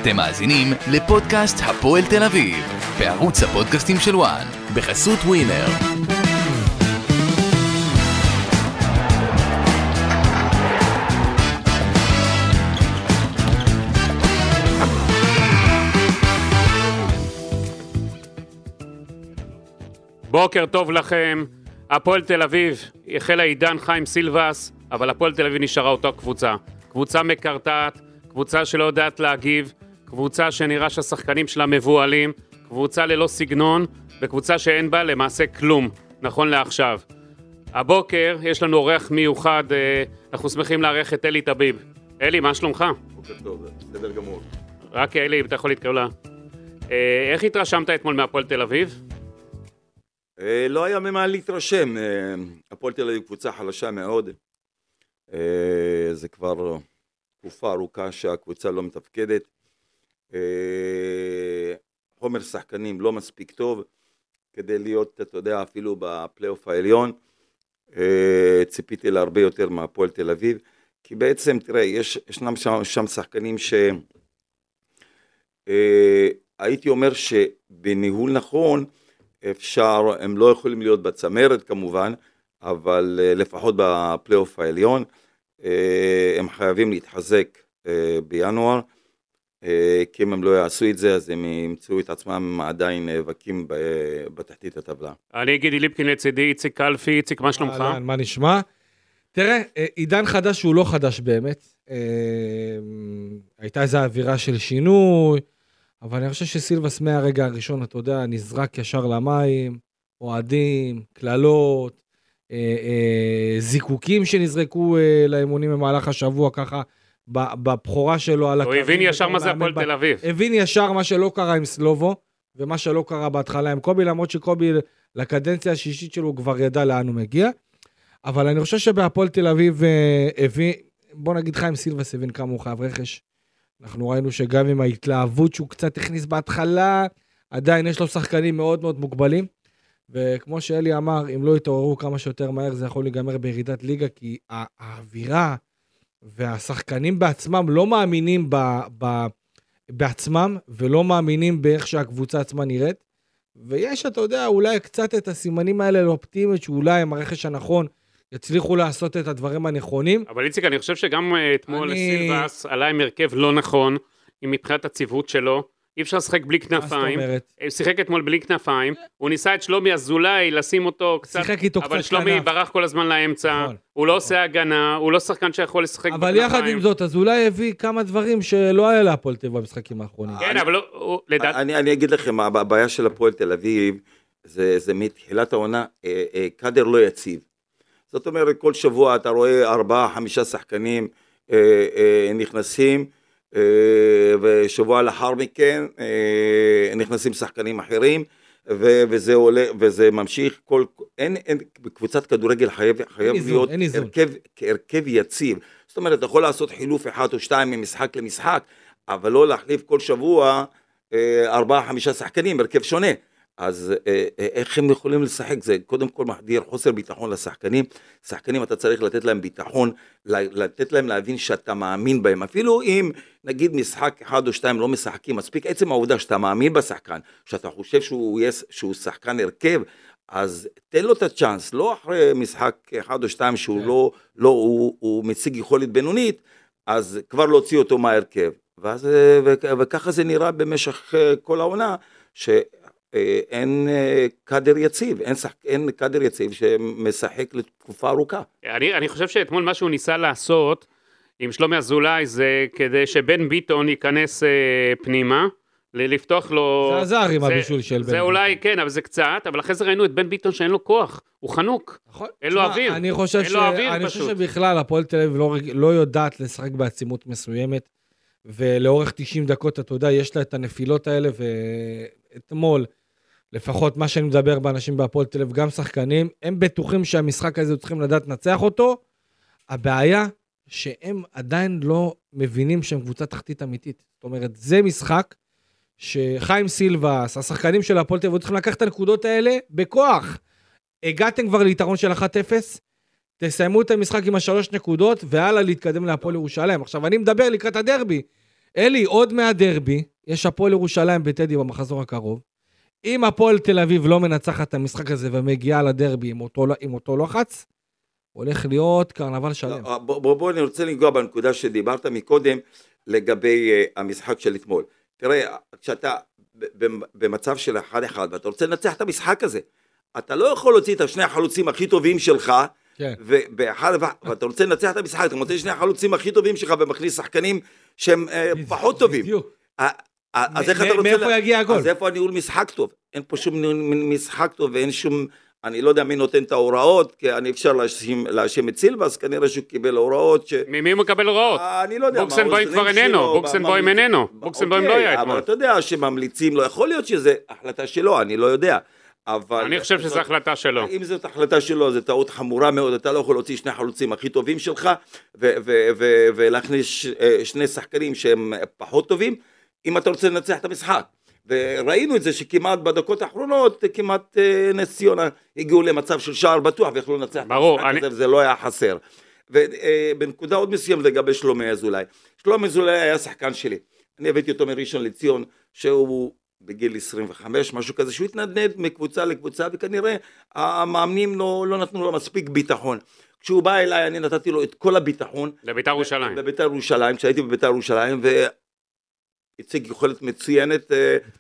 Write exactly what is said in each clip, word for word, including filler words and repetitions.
אתם מאזינים לפודקאסט הפועל תל אביב, בערוץ הפודקאסטים של וואן, בחסות ווינר. בוקר טוב לכם. הפועל תל אביב החלה עידן חיים סילבס, אבל הפועל תל אביב נשארה אותה קבוצה. קבוצה מקרטעת, קבוצה שלא יודעת להגיב, קבוצה שנראה שהשחקנים שלה מבועלים, קבוצה ללא סגנון, וקבוצה שאין בה למעשה כלום, נכון לעכשיו. הבוקר יש לנו אורח מיוחד, אנחנו שמחים לארח את אלי טביב. אלי, מה שלומך? בוקר טוב, בסדר גמור. רק אלי, אם אתה יכול להתקרב לה. איך התרשמת אתמול מהפועל תל אביב? לא היה ממה להתרשם. הפועל תל אביב קבוצה חלשה מאוד. זה כבר תקופה ארוכה שהקבוצה לא מתפקדת. חומר שחקנים לא מספיק טוב כדי להיות, אתה יודע, אפילו בפלייאוף העליון. ציפיתי להרבה יותר מהפועל תל אביב, כי בעצם, תראה, יש, ישנם שם, שם שחקנים שהייתי אומר שבניהול נכון, אפשר, הם לא יכולים להיות בצמרת כמובן, אבל לפחות בפלייאוף העליון, הם חייבים להתחזק בינואר, כי אם הם לא יעשו את זה, אז הם ימצאו את עצמם עדיין נאבקים בתחתית הטבלה. אני אגיד ליפקין לצידי, איציק קלפי, איציק, מה שלומך? מה נשמע? תראה, עידן חדש שהוא לא חדש באמת, הייתה איזו אווירה של שינוי, אבל אני חושב שסילבס מהרגע הראשון, אתה יודע, נזרק ישר למים, אוהדים, כללות, אה, אה, זיקוקים שנזרקו אה, לאימונים במהלך השבוע, ככה, בבחורה שלו על הקווים. הוא הבין ישר מה זה הפועל תל אביב. הבין ישר מה שלא קרה עם סלובו, ומה שלא קרה בהתחלה עם קובי, למרות שקובי לקדנציה השישית שלו כבר ידע לאן הוא מגיע, אבל אני חושב שבהפועל תל אביב אה, הבין, בוא נגיד חיים סילבס הבין כמה הוא חייב רכש, אנחנו ראינו שגם עם ההתלהבות שהוא קצת הכניס בהתחלה, עדיין יש לו שחקנים מאוד מאוד מוגבלים, וכמו שאלי אמר, אם לא יתעוררו כמה שיותר מהר, זה יכול להיגמר בירידת ליגה, כי האווירה והשחקנים בעצמם לא מאמינים ב, ב, בעצמם, ולא מאמינים באיך שהקבוצה עצמה נראית, ויש, אתה יודע, אולי קצת את הסימנים האלה לאופטימיות, שאולי עם הרכש הנכון, יצליחו לעשות את הדברים הנכונים. אבל איציק, אני חושב שגם אתמול אני... סילבס עלה עם הרכב לא נכון, עם מבחינת הציוות שלו, אי אפשר לשחק בלי כנפיים, הוא שיחק אתמול בלי כנפיים, הוא ניסה את שלומי אזולאי, לשים אותו קצת, אבל שלומי ברח כל הזמן לאמצע, הוא לא עושה הגנה, הוא לא שחקן שיכול לשחק בכנפיים. אבל יחד עם זאת, אזולאי הביא כמה דברים שלא היה להפועל תל אביב במשחקים האחרונים. כן, אבל לדעת... אני אגיד לכם, הבעיה של הפועל תל אביב, זה מתחילת העונה, קאדר לא יציב. זאת אומרת, כל שבוע אתה רואה ארבעה, חמישה שחקנים אה, אה, נכנסים, אה, ושבוע לאחר מכן אה, נכנסים שחקנים אחרים, ו, וזה עולה, וזה ממשיך. כל, אין, אין, בקבוצת כדורגל חייב, חייב להיות הרכב, הרכב יציב. זאת אומרת, אתה יכול לעשות חילוף אחד או שתיים ממשחק למשחק, אבל לא להחליף כל שבוע אה, ארבעה, חמישה שחקנים, הרכב שונה. אז איך הם יכולים לשחק? זה קודם כל מחדיר חוסר ביטחון לשחקנים. שחקנים אתה צריך לתת להם ביטחון, לתת להם להבין שאתה מאמין בהם. אפילו אם נגיד משחק אחד או שתיים לא משחקים, מספיק עצם העובדה שאתה מאמין בשחקן, שאתה חושב שהוא, יש, שהוא שחקן הרכב, אז תן לו את הצ'אנס, לא אחרי משחק אחד או שתיים שהוא לא, לא הוא, הוא מציג יכולת בינונית, אז כבר להוציא אותו מהרכב. ואז, וככה זה נראה במשך כל העונה, ש... אין קאדר יציב, אין, שח... אין קאדר יציב שמשחק לתקופה ארוכה. אני, אני חושב שאתמול מה שהוא ניסה לעשות עם שלומי אזולאי זה כדי שבן ביטון ייכנס אה, פנימה, לפתוח לו... זה עזר עם הבישול של בן ביטון. זה אולי, כן, אבל זה קצת, אבל אחרי זה ראינו את בן ביטון שאין לו כוח, הוא חנוק, נכון. אין לו אוויר, אני חושב, ש... אני חושב שבכלל הפועל תל אביב לא, לא יודעת לשחק בעצימות מסוימת, ולאורך תשעים דקות, אתה יודע, יש לה את הנפילות האלה, ואתמול, לפחות מה שאני מדבר באנשים בהפועל תל אביב, גם שחקנים, הם בטוחים שהמשחק הזה צריכים לדעת לנצח אותו, הבעיה שהם עדיין לא מבינים שהם קבוצה תחתית אמיתית. זאת אומרת, זה משחק שחיים סילבס, השחקנים של הפועל תל אביב, צריכים לקחת את הנקודות האלה בכוח. הגעתם כבר ליתרון של אחת אפס, תסיימו את המשחק עם השלוש נקודות, והלאה להתקדם להפועל ירושלים. עכשיו, אני מדבר לקראת הדרבי. אלי, עוד מהדרבי, יש הפועל ירושלים בטדי במחזור הקרוב. אם הפועל תל אביב לא מנצחת את המשחק הזה ומגיעה לדרבי עם אותו, עם אותו לחץ, הולך להיות קרנבל שלם. בוא, בוא, בוא, אני רוצה לנגוע בנקודה שדיברת מקודם לגבי uh, המשחק של אתמול. תראה, כשאתה במצב של אחד אחד, ואתה רוצה לנצח את המשחק הזה, אתה לא יכול להוציא את השני החלוצים הכי טובים שלך, כן. ובאחד, ואתה רוצה לנצח את המשחק, אתה מוצא שני החלוצים הכי טובים שלך, ומכניס שחקנים שהם uh, פחות טובים. אז איך אתה רוצה... מאיפה יגיע הגול? אז איפה הניהול משחק טוב? אין פה שום ניהול משחק טוב, ואין שום... אני לא יודע מי נותן את ההוראות, כי אני אפשר להאשים את סילבס, כנראה שהוא קיבל הוראות ש... ממי הוא מקבל הוראות? אני לא יודע. בוקסנבוים כבר איננו, בוקסנבוים איננו, בוקסנבוים לא היה אתמול. אבל אתה יודע שממליצים, לא יכול להיות שזה החלטה שלו, אני לא יודע. אני חושב שזו החלטה שלו. אם זאת החלטה שלו, זו טעות חמורה מאוד, אתה לא יכול להוציא שני חלוצים הכי טובים שלך, ולהכניס שני שחקנים שהם פחות טובים, אם אתה רוצה לנצח את המשחק. וראינו את זה שכמעט בדקות האחרונות, כמעט נס ציונה הגיעו למצב של שער בטוח, ויכולו לנצח את המשחק הזה, וזה לא היה חסר. ובנקודה עוד מסוים לגבי שלומי אזולאי. שלומי אזולאי היה שחקן שלי. אני הבאתי אותו מראשון לציון, שהוא בגיל עשרים וחמש, משהו כזה, שהוא התנדנד מקבוצה לקבוצה, וכנראה המאמנים לא, לא נתנו לו מספיק ביטחון. כשהוא בא אליי, אני נתתי לו את כל הביטחון. לביתר ירושלים. בביתר ירושלים, כשהייתי בביתר ירושלים, ו... הציג יכולת מצוינת,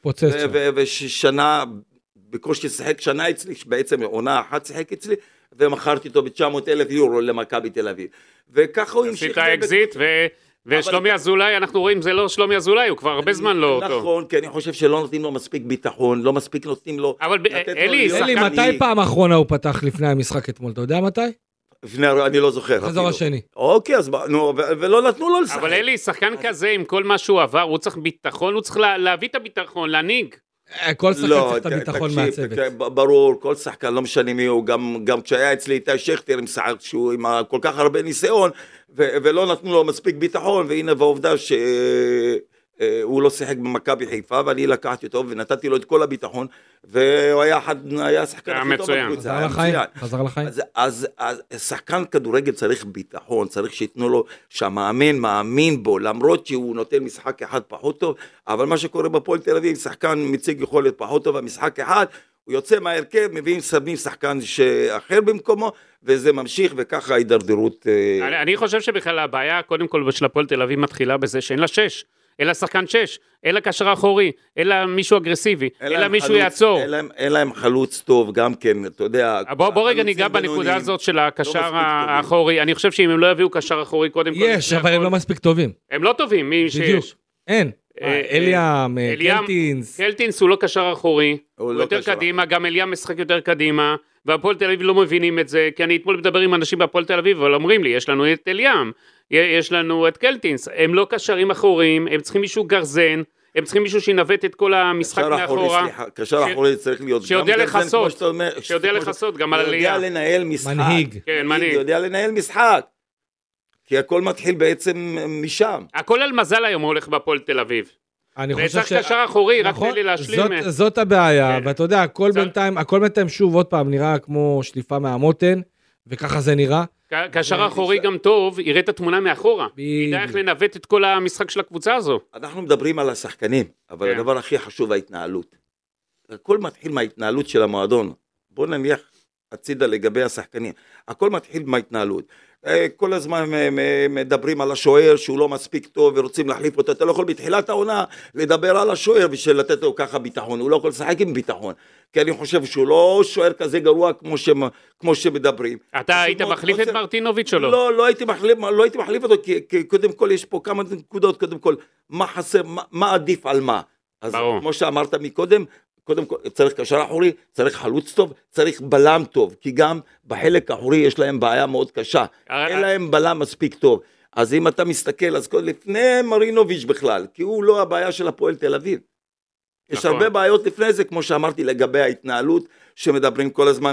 ושנה, בקושי שיחק שנה אצלי, בעצם עונה אחת שיחק אצלי, ומכרתי אותו ב-תשע מאות אלף יורו למכבי תל אביב. וככה הוא המשיך... עשית אקזיט, ושלומי אזולאי, אנחנו רואים, זה לא שלומי אזולאי, הוא כבר הרבה זמן לא אותו. נכון, כי אני חושב שלא נותנים לו מספיק ביטחון, לא מספיק נותנים לו... אבל אלי, אלי, מתי פעם האחרונה הוא פתח לפני המשחק אתמול? אתה יודע מתי? לפני, אני לא זוכר. חזור השני. אוקיי, אז נו, ולא נתנו לו לשחק. אבל אלי, שחקן כזה, עם כל מה שהוא עבר, הוא צריך ביטחון, הוא צריך להביא את הביטחון, להנהיג. כל שחקן צריך את הביטחון מהצוות. ברור, כל שחקן, לא משנה מי הוא, גם כשהיה אצלי איתי שכטר, שהוא עם כל כך הרבה ניסיון, ולא נתנו לו מספיק ביטחון, והנה בעובדה ש... הוא לא שיחק במכבי חיפה, ואני לקחתי אותו ונתתי לו את כל הביטחון, והוא היה אחד, היה שחקן הכי טוב בקבוצה. חזר לחיים, חזר לחיים. אז שחקן כדורגל צריך ביטחון, צריך שיתנו לו שהמאמן מאמין בו, למרות שהוא נותן משחק אחד פחות טוב, אבל מה שקורה בפועל תל אביב, שחקן מציג יכולת פחות טוב, המשחק אחד, הוא יוצא מהרכב, מביאים סבים שחקן אחר במקומו, וזה ממשיך, וככה ההידרדרות... אני חושב שבכלל הבעיה, קודם כל של הפועל תל אביב מתחילה בזה שאין לה שש. אלא שחקן שש, אלא קשר אחורי, אלא מישהו אגרסיבי, אלא מישהו יעצור. אין להם חלוץ טוב גם כן, אתה יודע. בוא רגע ניגע בנקודה הזאת של הקשר האחורי, אני חושב שאם הם לא יביאו קשר אחורי קודם כל... יש, אבל הם לא מספיק טובים. הם לא טובים, מי שיש. אין. אליאם, קלטינס. קלטינס הוא לא קשר אחורי, הוא יותר קדימה, גם אליאם משחק יותר קדימה, והפועל תל אביב לא מבינים את זה, כי אני אתמול מדבר עם אנשים בהפועל תל אביב, אבל אומרים לי, יש לנו את אליאם, יש לנו את קלטינס, הם לא קשרים אחוריים, הם צריכים מישהו גרזן, הם צריכים מישהו שינווט את כל המשחק מאחורה. קשר אחורי צריך להיות שיודע לחסות, שיודע לחסות גם על עלייה. יודע לנהל משחק. מנהיג. כן, מנהיג. יודע לנהל משחק. כי הכל מתחיל בעצם משם. הכל על מזל היום הולך בהפועל תל אביב. אני חושב ש... קשר אחורי, רק תן לי להשלים. זאת, זאת הבעיה, ואתה יודע, הכל בינתיים, הכל בינתיים שוב עוד פעם נראה כמו שליפה מהמותן, וככה זה נראה. קשר אחורי גם טוב, יראה את התמונה מאחורה. ידע איך לנווט את כל המשחק של הקבוצה הזו. אנחנו מדברים על השחקנים, אבל הדבר הכי חשוב ההתנהלות. הכל מתחיל מההתנהלות של המועדון. בוא נניח הצידה לגבי השחקנים. הכל מתחיל מההתנהלות. כל הזמן מדברים על השוער שהוא לא מספיק טוב ורוצים להחליף אותו, אתה לא יכול בתחילת העונה לדבר על השוער בשביל לתת לו ככה ביטחון, הוא לא יכול לשחק עם ביטחון, כי אני חושב שהוא לא שוער כזה גרוע כמו, ש... כמו שמדברים. אתה היית מחליף את מרטינוביץ' או לא? לא, לא הייתי מחליף, לא הייתי מחליף אותו, כי, כי קודם כל יש פה כמה נקודות, קודם כל, מה חסר, מה, מה עדיף על מה? אז ברור. כמו שאמרת מקודם, קודם כל צריך קשר אחורי, צריך חלוץ טוב, צריך בלם טוב, כי גם בחלק האחורי יש להם בעיה מאוד קשה, אין להם בלם מספיק טוב, אז אם אתה מסתכל, אז לפני מרינוביץ' בכלל, כי הוא לא הבעיה של הפועל תל אביב, יש הרבה בעיות לפני זה, כמו שאמרתי, לגבי ההתנהלות, שמדברים כל הזמן,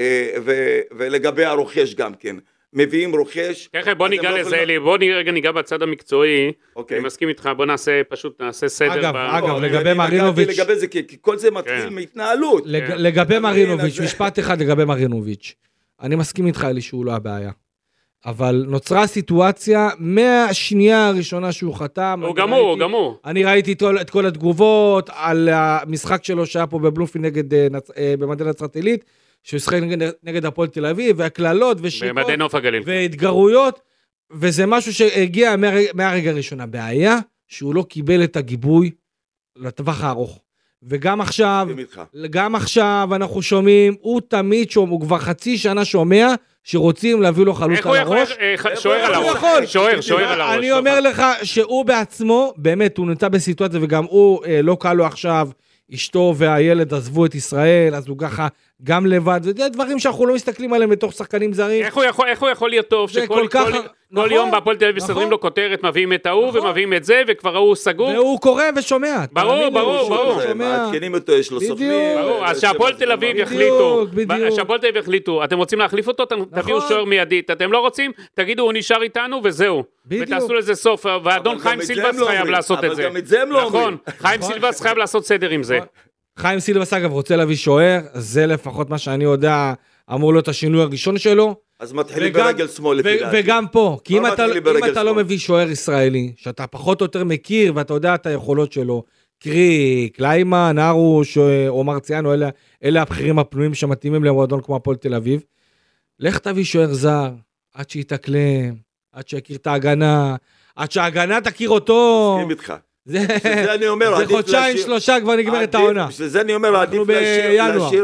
ולגבי הרוכש גם כן, מביאים רוכש. ככה בוא ניגע לזה אלי, בוא רגע ניגע בצד המקצועי, אני מסכים איתך, בוא נעשה פשוט נעשה סדר. אגב, אגב, לגבי מרינוביץ'. לגבי זה, כי כל זה מתחיל מהתנהלות. לגבי מרינוביץ', משפט אחד לגבי מרינוביץ', אני מסכים איתך אלי שהוא לא הבעיה. אבל נוצרה סיטואציה מהשנייה הראשונה שהוא חתם. הוא גמור, הוא גמור. אני ראיתי את כל התגובות על המשחק שלו שהיה פה בבלומפילד נגד, במדי נצרת עילית, שהוא שחק נגד, נגד הפועל תל אביב, והקללות ושיקות. במדי נוף הגליל. והתגרויות, וזה משהו שהגיע מהרגע, מהרגע הראשון. הבעיה שהוא לא קיבל את הגיבוי לטווח הארוך. וגם עכשיו, גם עכשיו אנחנו שומעים, הוא תמיד שומע, הוא כבר חצי שנה שומע, שרוצים להביא לו חלוץ על הראש. שוער על הראש. שוער, שוער על הראש. אני אומר לך שהוא בעצמו, באמת, הוא נמצא בסיטואציה, וגם הוא לא קל לו עכשיו, אשתו והילד עזבו את ישראל, אז הוא ככה גם לבד, וזה דברים שאנחנו לא מסתכלים עליהם בתוך שחקנים זרים. איך הוא יכול, איך הוא יכול להיות טוב, שכל כל, כל יום בהפועל תל אביב מסדרים לו כותרת, מביאים את ההוא ומביאים את זה, וכבר ההוא סגור. והוא קורא ושומע. ברור, ברור, ברור. מעדכנים אותו, יש לו סוכנים. ברור, אז שהפועל תל אביב יחליטו, שהפועל תל אביב יחליטו, אתם רוצים להחליף אותו, תביאו שוער מיידית, אתם לא רוצים, תגידו, הוא נשאר איתנו וזהו. ותעשו לזה סוף, ואדון חיים סילבס חייב לעשות את זה. נכון, חיים סילבס חייב לעשות סדר עם זה. חיים סילבס אגב רוצה להביא שוער, זה לפחות מה שאני יודע, אמור להיות השינוי הראשון שלו. אז מתחילים ברגל שמאל לפי דעתי. וגם פה, כי אם אתה לא מביא שוער ישראלי, שאתה פחות או יותר מכיר, ואתה יודע את היכולות שלו, קרי, קליימן, ארוש, או מרציאנו, אלה הבכירים הפנויים שמתאימים למועדון כמו הפועל תל אביב, לך תביא שוער זר, עד שיתקלם, עד שיכיר את ההגנה, עד שההגנה תכיר אותו. מסכים איתך. זה חודשיים שלושה כבר נגמר את העונה. שזה אני אומר, עדיף להשאיר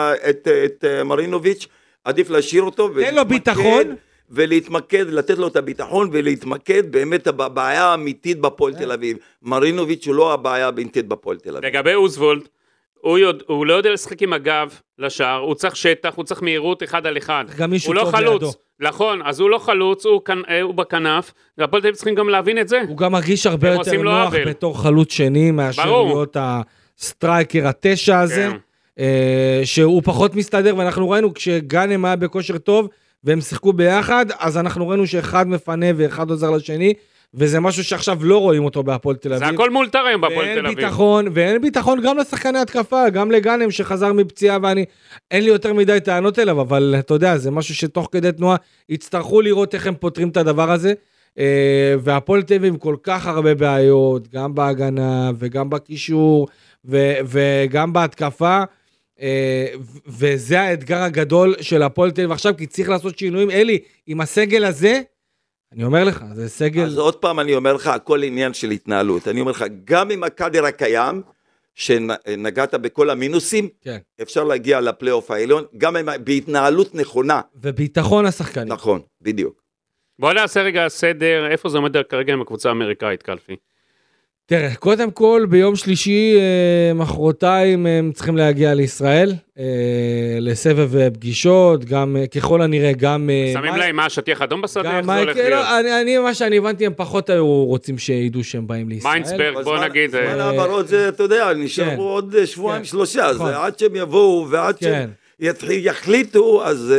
את מרינוביץ', עדיף להשאיר אותו. תן לו ביטחון. ולהתמקד, לתת לו את הביטחון, ולהתמקד באמת בבעיה האמיתית בפועל תל אביב. מרינוביץ' הוא לא הבעיה האמיתית בפועל תל אביב. לגבי אוסוולד, הוא, יודע, הוא לא יודע לשחק עם הגב לשער, הוא צריך שטח, הוא צריך מהירות אחד על אחד. הוא לא חלוץ. לידו. נכון, אז הוא לא חלוץ, הוא, הוא בכנף, והפועל תל אביב צריכים גם להבין את זה. הוא גם מרגיש הרבה יותר נוח בתור חלוץ שני, מאשר להיות הסטרייקר התשע הזה, כן. שהוא פחות מסתדר, ואנחנו ראינו כשגאנם היה בכושר טוב, והם שיחקו ביחד, אז אנחנו ראינו שאחד מפנה ואחד עוזר לשני, וזה משהו שעכשיו לא רואים אותו בהפועל תל אביב. זה הכל מולתר היום בהפועל תל אביב. ביטחון, ואין ביטחון גם לשחקני התקפה, גם לגאנם שחזר מפציעה, ואני, אין לי יותר מדי טענות אליו, אבל אתה יודע, זה משהו שתוך כדי תנועה, יצטרכו לראות איך הם פותרים את הדבר הזה, והפועל תל אביב עם כל כך הרבה בעיות, גם בהגנה, וגם בקישור, וגם בהתקפה, וזה האתגר הגדול של הפועל תל אביב עכשיו, כי צריך לעשות שינויים. אלי, עם הסגל הזה, אני אומר לך, זה סגל... אז עוד פעם אני אומר לך, הכל עניין של התנהלות. אני אומר לך, גם עם הקאדר הקיים, שנגעת בכל המינוסים, כן. אפשר להגיע לפלייאוף העליון, גם עם, בהתנהלות נכונה. וביטחון השחקנים. נכון, בדיוק. בוא נעשה רגע סדר, איפה זה עומד כרגע עם הקבוצה האמריקאית, קלפי? תראה, קודם כל, ביום שלישי, מחרתיים הם צריכים להגיע לישראל, לסבב פגישות, גם ככל הנראה, גם... שמים להם מה, שטיח אדום בשדה? גם מייקל, אני, מה שאני הבנתי, הם פחות היו רוצים שידעו שהם באים לישראל. מיינסברג, בוא נגיד. זמן העברות זה, אתה יודע, נשארו עוד שבועיים, שלושה, אז עד שהם יבואו ועד שהם יחליטו, אז...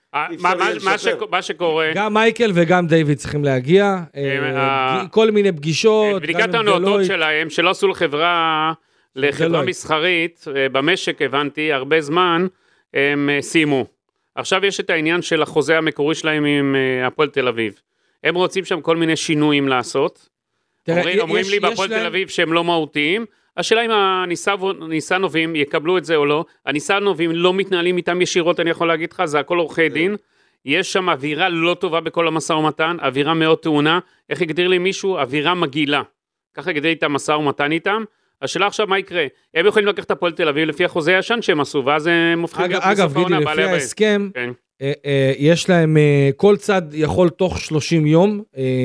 מה שקורה... גם מייקל וגם דיוויד צריכים להגיע, כל מיני פגישות. בדיקת הנאותות שלהם, שלא עשו לחברה, לחברה מסחרית, במשק הבנתי, הרבה זמן, הם סיימו. עכשיו יש את העניין של החוזה המקורי שלהם עם הפועל תל אביב. הם רוצים שם כל מיני שינויים לעשות. אומרים לי בפועל תל אביב שהם לא מהותיים, השאלה אם הניסנובים יקבלו את זה או לא, הניסנובים לא מתנהלים איתם ישירות, אני יכול להגיד לך, זה הכל עורכי דין, יש שם אווירה לא טובה בכל המשא ומתן, אווירה מאוד טעונה, איך הגדיר לי מישהו? אווירה מגעילה, ככה הגדיר את המשא ומתן איתם, השאלה עכשיו מה יקרה, הם יכולים לקחת את הפועל תל אביב לפי החוזה הישן שהם עשו, ואז הם הופכים להיות בסוף העונה. אגב, גידי, לפי ההסכם, יש להם, כל צד יכול תוך שלושים יום,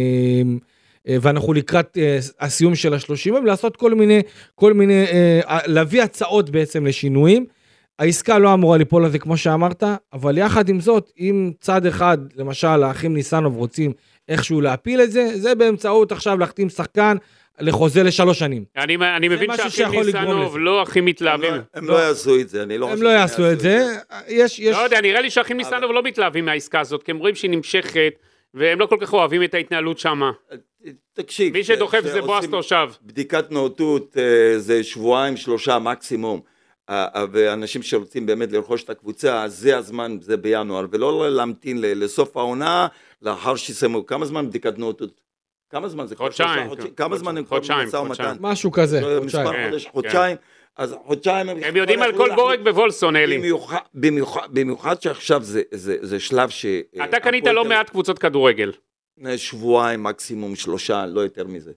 ואנחנו לקראת הסיום של השלושים יום, לעשות כל מיני, כל מיני, להביא הצעות בעצם לשינויים. העסקה לא אמורה ליפול לזה כמו שאמרת, אבל יחד עם זאת, אם צד אחד, למשל, האחים ניסנוב רוצים איכשהו להפיל את זה, זה באמצעות עכשיו להחתים שחקן לחוזה לשלוש שנים. אני, אני מבין שהאחים ניסנוב לא הכי מתלהבים. הם, הם לא יעשו את זה, אני לא הם לא יעשו את זה. יש, יש... לא יודע, נראה לי שהאחים ניסנוב לא מתלהבים מהעסקה הזאת, כי הם רואים שהיא נמשכת, והם לא כל כך אוהבים את ההתנהלות שמה. תקשיב, מי שדוחף זה בועז תושב. בדיקת נאותות זה שבועיים, שלושה מקסימום. ואנשים שרוצים באמת לרכוש את הקבוצה, אז זה הזמן, זה בינואר, ולא להמתין לסוף העונה, לאחר שיסיימו, כמה זמן בדיקת נאותות? כמה זמן זה? חודשיים. כמה זמן הם כבר במשא ומתן? משהו כזה, מספר חודש, חודשיים, אז חודשיים... הם יודעים על כל בורג בוולסון, אלי. במיוחד שעכשיו זה שלב ש... אתה קנית לא מעט קבוצות כדורגל. שבועיים, מקסימום שלושה, לא יותר מזה.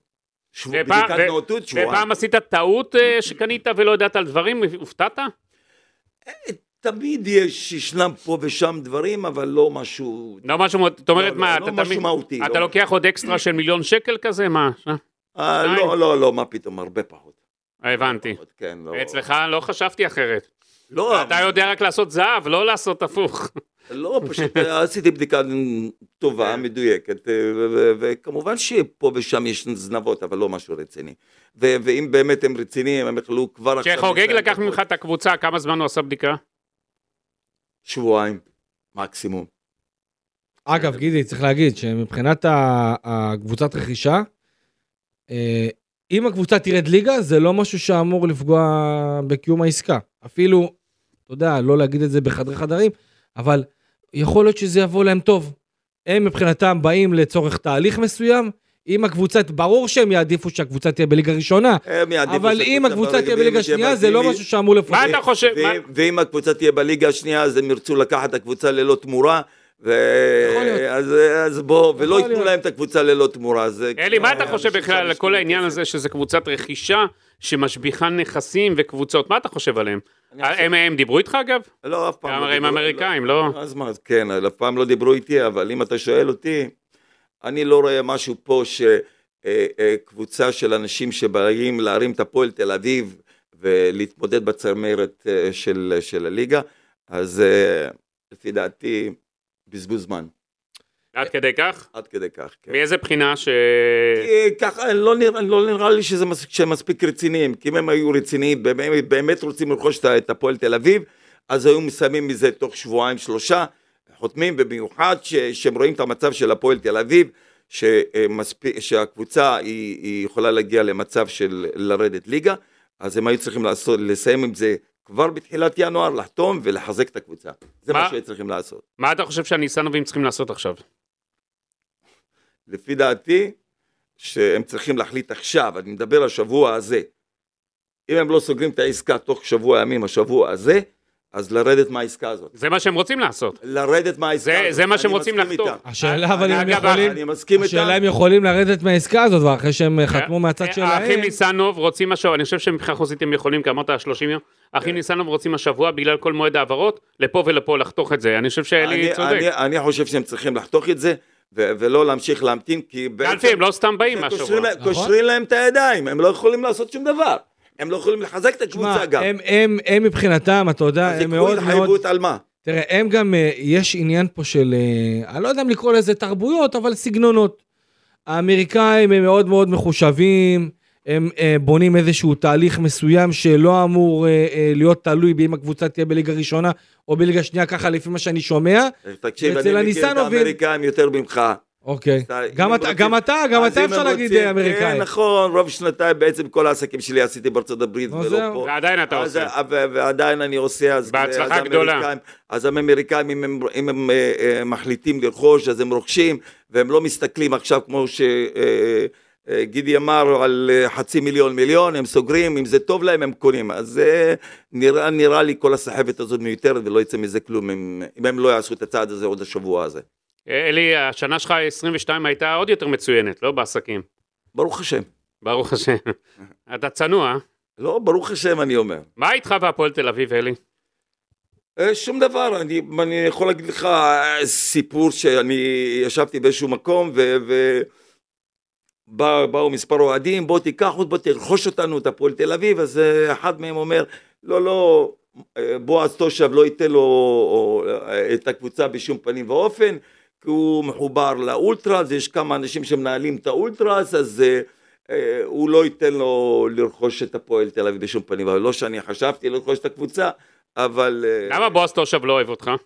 ופעם עשית טעות שקנית ולא ידעת על דברים, הופתעת? תמיד יש, ישנם פה ושם דברים, אבל לא משהו... לא משהו, זאת אומרת מה, לא משהו מהותי. אתה לוקח עוד אקסטרה של מיליון שקל כזה, מה? לא, לא, לא, מה פתאום, הרבה פחות. הבנתי. אצלך לא חשבתי אחרת. לא. אתה יודע רק לעשות זהב, לא לעשות הפוך. לא, פשוט עשיתי בדיקה טובה, מדויקת, וכמובן שפה ושם יש זנבות, אבל לא משהו רציני. ואם באמת הם רציניים, הם יכלו כבר עכשיו... כשחוגג לקח ממך את הקבוצה, כמה זמן הוא עשה בדיקה? שבועיים, מקסימום. אגב, גידי, צריך להגיד שמבחינת הקבוצת רכישה, אם הקבוצה תרד ליגה, זה לא משהו שאמור לפגוע בקיום העסקה. אפילו, אתה יודע, לא להגיד את זה בחדרי חדרים, אבל יכול להיות שזה יבוא להם טוב. הם מבחינתם באים לצורך תהליך מסוים, אם הקבוצה, ברור שהם יעדיפו שהקבוצה תהיה בליגה ראשונה, אבל אם הקבוצה תהיה בליגה שנייה, זה לא משהו שאמור לפגוע. מה אתה חושב? ואם הקבוצה תהיה בליגה השנייה, אז הם ירצו לקחת את הקבוצה ללא תמורה, אז בוא, ולא ייתנו להם את הקבוצה ללא תמורה. אלי, מה אתה חושב בכלל על כל העניין הזה, שזה קבוצת רכישה, שמשביחה נכסים וקבוצות, מה אתה חושב עליהם? הם דיברו איתך אגב? לא, אף פעם. הם אמריקאים, לא? אז מה, כן, אף פעם לא דיברו איתי, אבל אם אתה שואל אותי, אני לא רואה משהו פה שקבוצה של אנשים שבאים להרים את הפועל תל אביב, ולהתמודד בצמרת של הליגה, אז לפי דעתי, בזבוז זמן. עד כדי כך? עד כדי כך, כן. מאיזה בחינה ש... ככה, לא נראה, לא נראה לי שזה מספיק, שהם מספיק רציניים, כי אם הם היו רציניים, באמת, באמת רוצים לרכוש את הפועל תל אביב, אז היו מסיימים מזה תוך שבועיים שלושה, חותמים, ובמיוחד שהם רואים את המצב של הפועל תל אביב, שמספיק, שהקבוצה היא, היא יכולה להגיע למצב של לרדת ליגה, אז הם היו צריכים לעשות, לסיים עם זה כבר בתחילת ינואר, לחתום ולחזק את הקבוצה. זה מה, מה שהם צריכים לעשות. מה אתה חושב שהניסנובים צריכים לעשות עכשיו? לפי דעתי, שהם צריכים להחליט עכשיו, אני מדבר על שבוע הזה. אם הם לא סוגרים את העסקה תוך שבוע ימים, השבוע הזה, אז לרדת מהעסקה הזאת. זה מה שהם רוצים לעשות. לרדת מהעסקה הזאת. זה מה שהם רוצים לחתום. השאלה אבל אם הם יכולים, אני מסכים איתם. השאלה אם יכולים לרדת מהעסקה הזאת, ואחרי שהם חתמו מהצד שלהם. האחים ניסנוב רוצים השבוע, אני חושב שמבחינה חוזית הם יכולים, כי אמרת שלושים יום, האחים ניסנוב רוצים השבוע, בגלל כל מועד העברות, לפה ולפה לחתוך את זה. אני חושב שאלי צודק. אני חושב שהם צריכים לחתוך את זה, ולא להמשיך להמתין, כי אלפי, הם לא סתם באים מהשבוע. קושרים להם את הידיים, הם לא יכולים לעשות שום דבר. הם לא יכולים לחזק את הקבוצה גם. הם, הם, הם מבחינתם, אתה יודע, הם מאוד מאוד... על מה? תראה, הם גם, יש עניין פה של, אני לא יודע אם לקרוא לזה תרבויות, אבל סגנונות. האמריקאים הם מאוד מאוד מחושבים, הם בונים איזשהו תהליך מסוים שלא אמור להיות תלוי באם הקבוצה תהיה בליגה ראשונה או בליגה שנייה, ככה לפי מה שאני שומע. תקשיב, אני מכיר את האמריקאים יותר ממך. אוקיי, גם אתה, גם אתה, גם אתה אפשר להגיד אמריקאי. כן, נכון, רוב שנתיים בעצם כל העסקים שלי עשיתי בארצות הברית ולא פה. ועדיין אתה עושה. ועדיין אני עושה. בהצלחה גדולה. אז האמריקאים, אם הם מחליטים לרכוש, אז הם רוכשים, והם לא מסתכלים עכשיו כמו שגידי אמר על חצי מיליון מיליון, הם סוגרים, אם זה טוב להם הם קונים. אז נראה לי כל הסחבת הזאת מיותרת ולא יצא מזה כלום, אם הם לא יעשו את הצעד הזה עוד השבוע הזה. אלי, השנה שלך עשרים ושתיים הייתה עוד יותר מצוינת, לא בעסקים? ברוך השם. ברוך השם. אתה צנוע? לא, ברוך השם אני אומר. מה איתך והפועל תל אביב, אלי? שום דבר, אני, אני יכול להגיד לך סיפור שאני ישבתי באיזשהו מקום ובאו מספר אוהדים, בוא תיקח, בוא תרכוש אותנו, את הפועל תל אביב, אז אחד מהם אומר, לא, לא, בועז תושב לא ייתן לו את הקבוצה בשום פנים ואופן, כי הוא מחובר לאולטרס, יש כמה אנשים שמנהלים את האולטרס, אז אה, הוא לא ייתן לו לרכוש את הפועל תל אביב בשום פנים, אבל לא שאני חשבתי לרכוש את הקבוצה, אבל... למה בועז תושב לא אוהב אותך?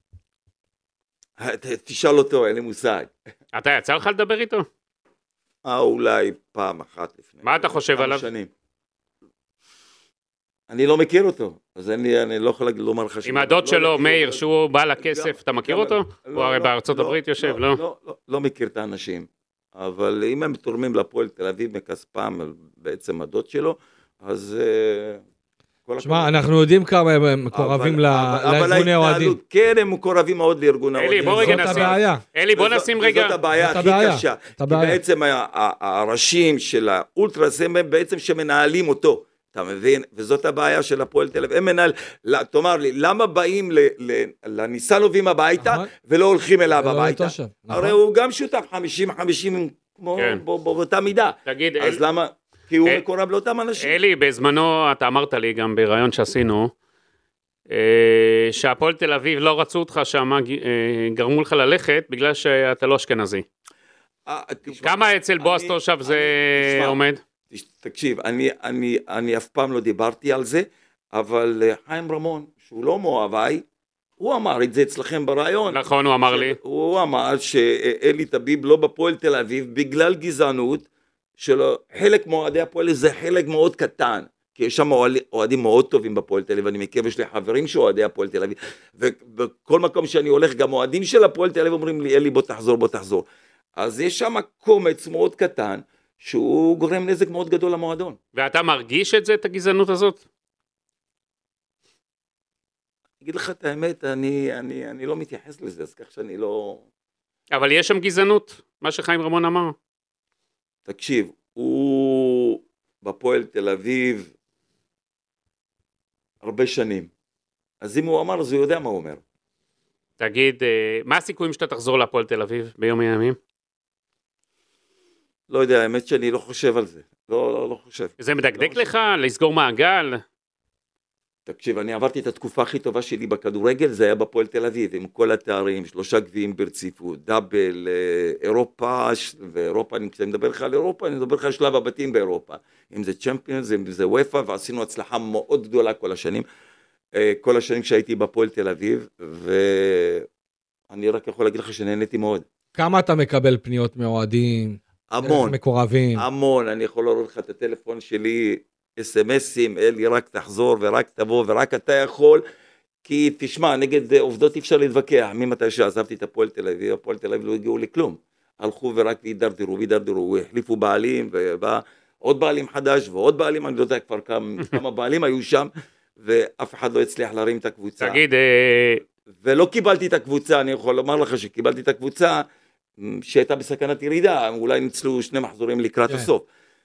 תשאל אותו, אין לי מושג. אתה יצא לך לדבר איתו? אה, אולי פעם אחת לפני. מה אתה חושב עליו? שנים. אני לא מכיר אותו, אז אין לי, אני לא יכול לומר לך... עם הדוד שלו, מאיר, שהוא בעל הכסף, אתה מכיר אותו? הוא הרי בארצות הברית יושב, לא? לא מכיר את האנשים, אבל אם הם תורמים לפועל תל אביב מכספם, בעצם הדוד שלו, אז... שמע, אנחנו יודעים כמה הם מקורבים לארגוני אוהדים. כן, הם מקורבים מאוד לארגון האוהדים. אלי, בוא רגע נשים. אלי, בוא נשים רגע. זאת הבעיה הכי קשה. כי בעצם הראשים של האולטרס הם בעצם שמנהלים אותו. אתה מבין? וזאת הבעיה של הפועל תל אביב. הם מנהל, תאמר לי, למה באים לניסנובים הביתה ולא הולכים אליו הביתה? הרי הוא גם שותף חמישים חמישים באותה מידה. תגיד, אז למה... כי הוא מקורב לאותם אנשים. אלי, בזמנו, אתה אמרת לי גם ברעיון שעשינו, שהפועל תל אביב לא רצו אותך שם, גרמו לך ללכת, בגלל שאתה לא אשכנזי. כמה אצל בועז תושב זה עומד? תקשיב, אני אף פעם לא דיברתי על זה, אבל חיים רמון, שהוא לא מואביי, הוא אמר את זה אצלכם ברעיון. נכון, הוא אמר לי. הוא אמר שאלי טביב לא בפועל תל אביב, בגלל גזענות, שלו, חלק מאוהדי הפועל זה חלק מאוד קטן, כי יש שם אוהדים מאוד טובים בפועל תל אביב, אני מכיר, יש לי חברים שאוהדי הפועל תל אביב, ובכל מקום שאני הולך, גם אוהדים של הפועל תל אביב אומרים לי, אלי בוא תחזור, בוא תחזור. אז יש שם קומץ מאוד קטן, שהוא גורם נזק מאוד גדול למועדון. ואתה מרגיש את זה, את הגזענות הזאת? אני אגיד לך את האמת, אני, אני, אני לא מתייחס לזה, אז כך שאני לא... אבל יש שם גזענות, מה שחיים רמון אמר. תקשיב, הוא בפועל תל אביב הרבה שנים. אז אם הוא אמר, אז הוא יודע מה הוא אומר. תגיד, מה הסיכויים שאתה תחזור לפועל תל אביב ביום הימים? לא יודע, האמת שאני לא חושב על זה. לא, לא, לא חושב. זה מדקדק לך? לסגור מעגל? תקשיב, אני עברתי את התקופה הכי טובה שלי בכדורגל, זה היה בפועל תל אביב, עם כל התארים, שלושה גביעים ברציפות, דאבל, אירופה, ואירופה, אני, כשאני מדבר לך על אירופה, אני מדבר לך על שלב הבתים באירופה, אם זה צ'מפיונס, אם זה וויפה, ועשינו הצלחה מאוד גדולה כל השנים, כל השנים כשהייתי בפועל תל אביב, ואני רק יכול להגיד לך שנהניתי מאוד. כמה אתה מקבל פניות מאוהדים? המון. מקורבים? המון, אני יכול לראות לך את הטלפון שלי, אס-אמסים, אלי רק תחזור ורק תבוא ורק אתה יכול, כי תשמע, נגד עובדות אי אפשר להתווכח, ממתי שעזבתי את הפועל תל אביב, הפועל תל אביב לא הגיעו לכלום, הלכו ורק וידרדרו, וידרדרו, החליפו בעלים, ובא עוד בעלים חדש ועוד בעלים, אני לא יודע כבר כמה, כמה בעלים היו שם, ואף אחד לא הצליח להרים את הקבוצה. תגיד, ולא קיבלתי את הקבוצה, אני יכול לומר לך שקיבלתי את הקבוצה, שהייתה בסכנת ירידה, אולי ניצלו שני מחזורים לקראת הסוף.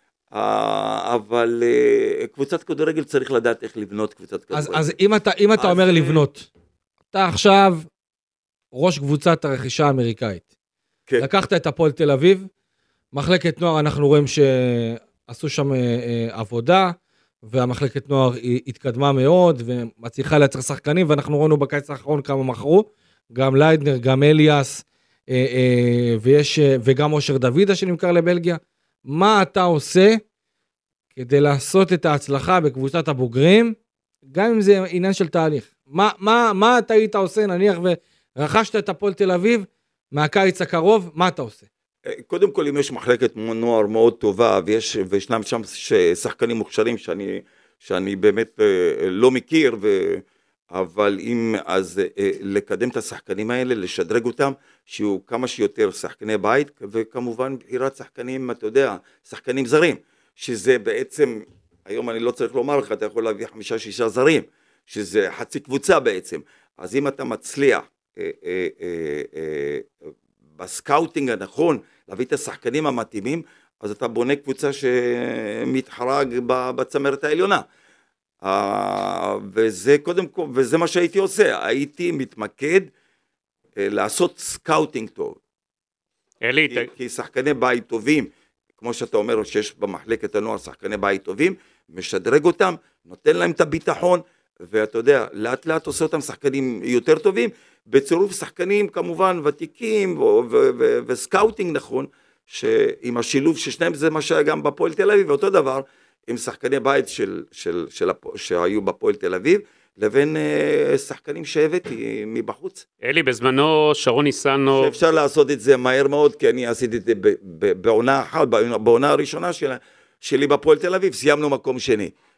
אבל קבוצת כדורגל צריך לדעת איך לבנות קבוצת כדורגל. אז אם אתה, אם אתה אומר לבנות, אתה עכשיו ראש קבוצת הרכישה האמריקאית. לקחת את הפועל תל אביב, מחלקת נוער אנחנו רואים שעשו שם עבודה, והמחלקת נוער התקדמה מאוד, ומצליחה לייצר שחקנים, ואנחנו ראינו בקיץ האחרון כמה מכרו, גם ליידנר, גם אליאס, ויש, וגם אושר דוידה שנמכר לבלגיה. מה אתה עושה כדי לעשות את ההצלחה בקבוצת הבוגרים, גם אם זה עניין של תהליך? מה, מה, מה אתה היית עושה, נניח, ורכשת את הפועל תל אביב מהקיץ הקרוב, מה אתה עושה? קודם כל, אם יש מחלקת נוער מאוד טובה, ויש, וישנם שם שחקנים מוכשרים שאני, שאני באמת לא מכיר, ו... אבל אם אז לקדם את השחקנים האלה, לשדרג אותם, שיהיו כמה שיותר שחקני בית, וכמובן בחירת שחקנים, אתה יודע, שחקנים זרים, שזה בעצם, היום אני לא צריך לומר לך, אתה יכול להביא חמישה, שישה זרים, שזה חצי קבוצה בעצם. אז אם אתה מצליח אה, אה, אה, אה, בסקאוטינג הנכון, להביא את השחקנים המתאימים, אז אתה בונה קבוצה שמתחרה בצמרת העליונה. Uh, וזה קודם כל, וזה מה שהייתי עושה, הייתי מתמקד uh, לעשות סקאוטינג טוב. אלי, כי, כי שחקני בית טובים, כמו שאתה אומר שיש במחלקת הנוער שחקני בית טובים, משדרג אותם, נותן להם את הביטחון, ואתה יודע, לאט לאט עושה אותם שחקנים יותר טובים, בצירוף שחקנים כמובן ותיקים ו- ו- ו- וסקאוטינג נכון, שעם השילוב ששניהם זה מה שהיה גם בפועל תל אביב, ואותו דבר, עם שחקני בית של, של, של, שהיו בפועל תל אביב, לבין אה, שחקנים שהבאתי מבחוץ. אלי, בזמנו שרון ניסנו... שאפשר לעשות את זה מהר מאוד, כי אני עשיתי את זה בעונה אחת, בעונה הראשונה שלה, שלי בפועל תל אביב, סיימנו מקום שני.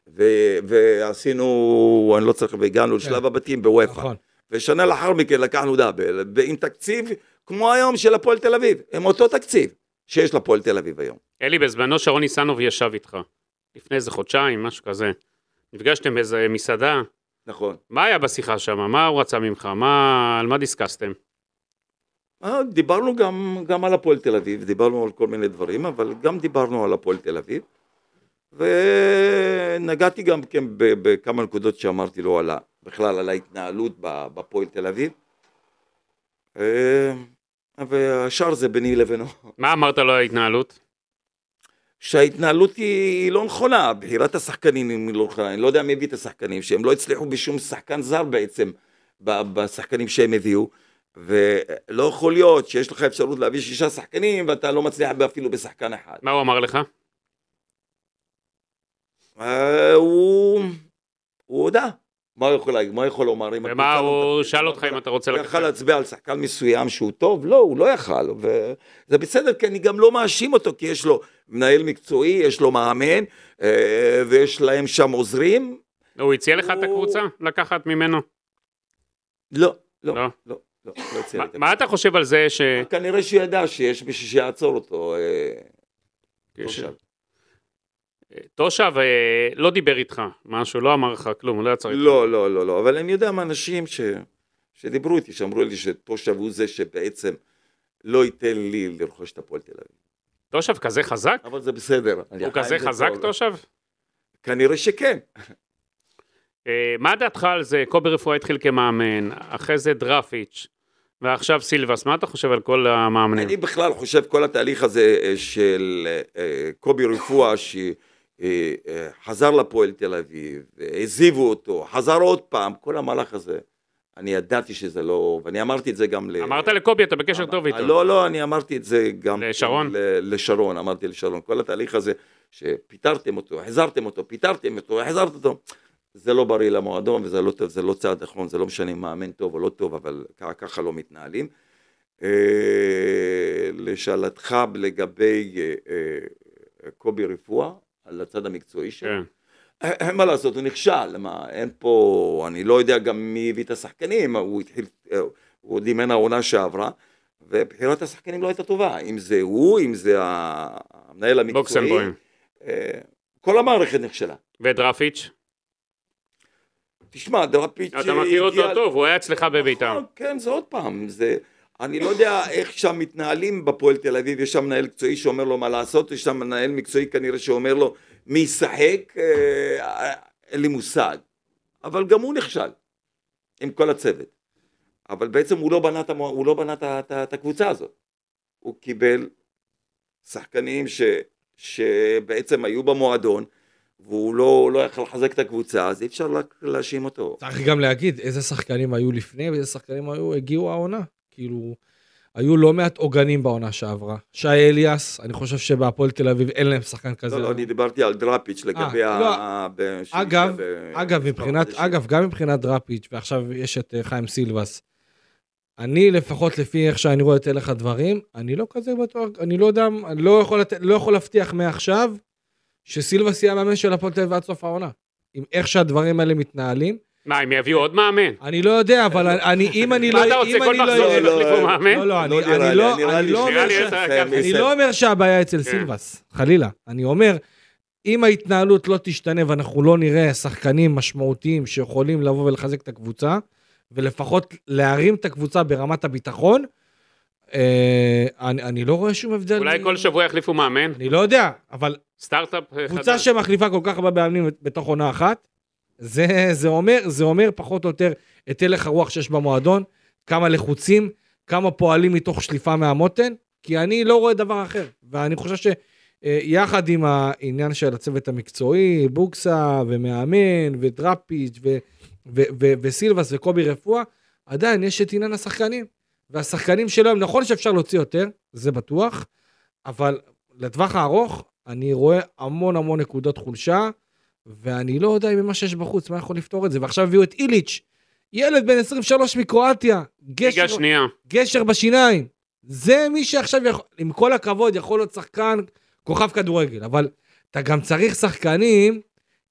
ו- ועשינו, אני לא צריך, והגענו לשלב הבתים בוופא. נכון. ושנה לאחר מכן לקחנו דאבל, ועם תקציב כמו היום של הפועל תל אביב, עם אותו תקציב שיש לפועל תל אביב היום. אלי, בזמנו שרון ניסנוב ישב איתך, לפני איזה חודשיים, משהו כזה. נפגשתם באיזה מסעדה. נכון. מה היה בשיחה שם? מה הוא רצה ממך? מה, על מה דיסקסתם? אה, דיברנו גם, גם על הפועל תל אביב, דיברנו על כל מיני דברים, אבל גם דיברנו על הפועל תל אביב, ונגעתי גם כן בכמה נקודות שאמרתי לו על, בכלל על ההתנהלות בפועל תל אביב, והשאר זה ביני לבינו. מה אמרת לו על ההתנהלות? שההתנהלות היא לא נכונה, בחירת השחקנים היא לא נכונה, אני לא יודע מי הביא את השחקנים, שהם לא הצליחו בשום שחקן זר בעצם, בשחקנים שהם הביאו, ולא יכול להיות שיש לך אפשרות להביא שישה שחקנים, ואתה לא מצליח אפילו בשחקן אחד. מה הוא אמר לך? הוא הודע. מה הוא יכול להגיד? מה הוא יכול לומר? ומה הוא שאל אותך אם אתה רוצה לקחת? הוא יכל להצביע על שחקן מסוים שהוא טוב? לא, הוא לא יכל. וזה בסדר, כי אני גם לא מאשים אותו, כי יש לו מנהל מקצועי, יש לו מאמן, ויש להם שם עוזרים. הוא הציע לך את הקבוצה? לקחת ממנו? לא, לא, לא. מה אתה חושב על זה ש... כנראה שהוא ידע שיש בשביל שיעצור אותו. תושב לא דיבר איתך, משהו, לא אמר לך כלום, לא יצר איתך. לא, לא, לא, לא, אבל אני יודע מאנשים שדיברו איתי, שאמרו לי שתושב הוא זה שבעצם לא ייתן לי לרכוש את הפועל תל אביב. תושב כזה חזק? אבל זה בסדר. הוא כזה חזק תושב? כנראה שכן. מה דעתך על זה? קובי רפואה התחיל כמאמן, אחרי זה דרפיץ', ועכשיו סילבס, מה אתה חושב על כל המאמנים? אני בכלל חושב כל התהליך הזה של קובי רפואה שחזר לפועל תל אביב, הזיבו אותו, חזר עוד פעם, כל המהלך הזה, אני ידעתי שזה לא, ואני אמרתי את זה גם ל... אמרת לקובי, אתה בקשר טוב איתו. לא, לא, אני אמרתי את זה גם... לשרון? לשרון, אמרתי לשרון, כל התהליך הזה שפיתרתם אותו, חזרתם אותו, פיתרתם אותו, חזרת אותו, זה לא בריא למועדון, וזה לא טוב, זה לא צעד נכון, זה לא משנה אם מאמן טוב או לא טוב, אבל ככה לא מתנהלים. לשאלתך לגבי קובי רפואה, על הצד המקצועי שלו, אין מה לעשות, הוא נכשל, אין פה, אני לא יודע גם מי הביא את השחקנים, הוא התחיל, הוא דימן העונה שעברה, ובחירת השחקנים לא הייתה טובה, אם זה הוא, אם זה המנהל המקצועי, כל המערכת נכשלה. ודרפיץ'? תשמע, דראפיץ'... אתה מכיר אותו טוב, הוא היה אצלך בביתם. כן, זה עוד פעם, זה... אני לא יודע איך שם מתנהלים בפועל תל אביב, יש שם מנהל מקצועי שאומר לו מה לעשות, יש שם מנהל מקצועי כנראה שאומר לו מי ישחק, אין לי מושג. אבל גם הוא נכשל, עם כל הצוות. אבל בעצם הוא לא בנה, הוא לא בנה את הקבוצה הזאת. הוא קיבל שחקנים ש, שבעצם היו במועדון, והוא לא, לא יכול לחזק את הקבוצה, אז אי אפשר להאשים אותו. צריך גם להגיד איזה שחקנים היו לפני, ואיזה שחקנים היו, הגיעו העונה. כאילו, היו לא מעט עוגנים בעונה שעברה. שי אליאס, אני חושב שבהפועל תל אביב אין להם שחקן כזה. לא, לא, אני דיברתי על דראפיץ' לגבי ה... אגב, אגב, מבחינת, אגב, גם מבחינת דראפיץ', ועכשיו יש את חיים סילבס, אני לפחות לפי איך שאני רואה את אליך דברים, אני לא כזה בטוח, אני לא יודע, אני לא יכול, לא יכול להבטיח מעכשיו, שסילבס יהיה המאמן של הפועל תל אביב עד סוף העונה. עם איך שהדברים האלה מתנהלים. מה, הם יביאו עוד מאמן? אני לא יודע, אבל אני, אם אני לא... מה אתה רוצה, כל מחזור הם יחליפו מאמן? לא, לא, אני לא אומר שהבעיה אצל סילבס, חלילה. אני אומר, אם ההתנהלות לא תשתנה, ואנחנו לא נראה שחקנים משמעותיים שיכולים לבוא ולחזק את הקבוצה, ולפחות להרים את הקבוצה ברמת הביטחון, אני לא רואה שום הבדל. אולי כל שבוע יחליפו מאמן? אני לא יודע, אבל... סטארט-אפ חדש. קבוצה שמחליפה כל כך הרבה מאמנים בתוך עונה אחת, זה, זה אומר, זה אומר פחות או יותר את הלך הרוח שיש במועדון, כמה לחוצים, כמה פועלים מתוך שליפה מהמותן, כי אני לא רואה דבר אחר, ואני חושב שיחד עם העניין של הצוות המקצועי, בוקסה ומאמן ודראפיץ' ו, ו, ו, וסילבס וקובי רפואה, עדיין יש את עניין השחקנים, והשחקנים שלהם, נכון שאפשר להוציא יותר, זה בטוח, אבל לטווח הארוך, אני רואה המון המון נקודות חולשה, ואני לא יודע אם מה שיש בחוץ, מה יכול לפתור את זה, ועכשיו הביאו את איליץ', ילד בן עשרים ושלוש מקרואטיה, גשר, גשר בשיניים, זה מי שעכשיו, יכול, עם כל הכבוד, יכול להיות שחקן, כוכב כדורגל, אבל אתה גם צריך שחקנים,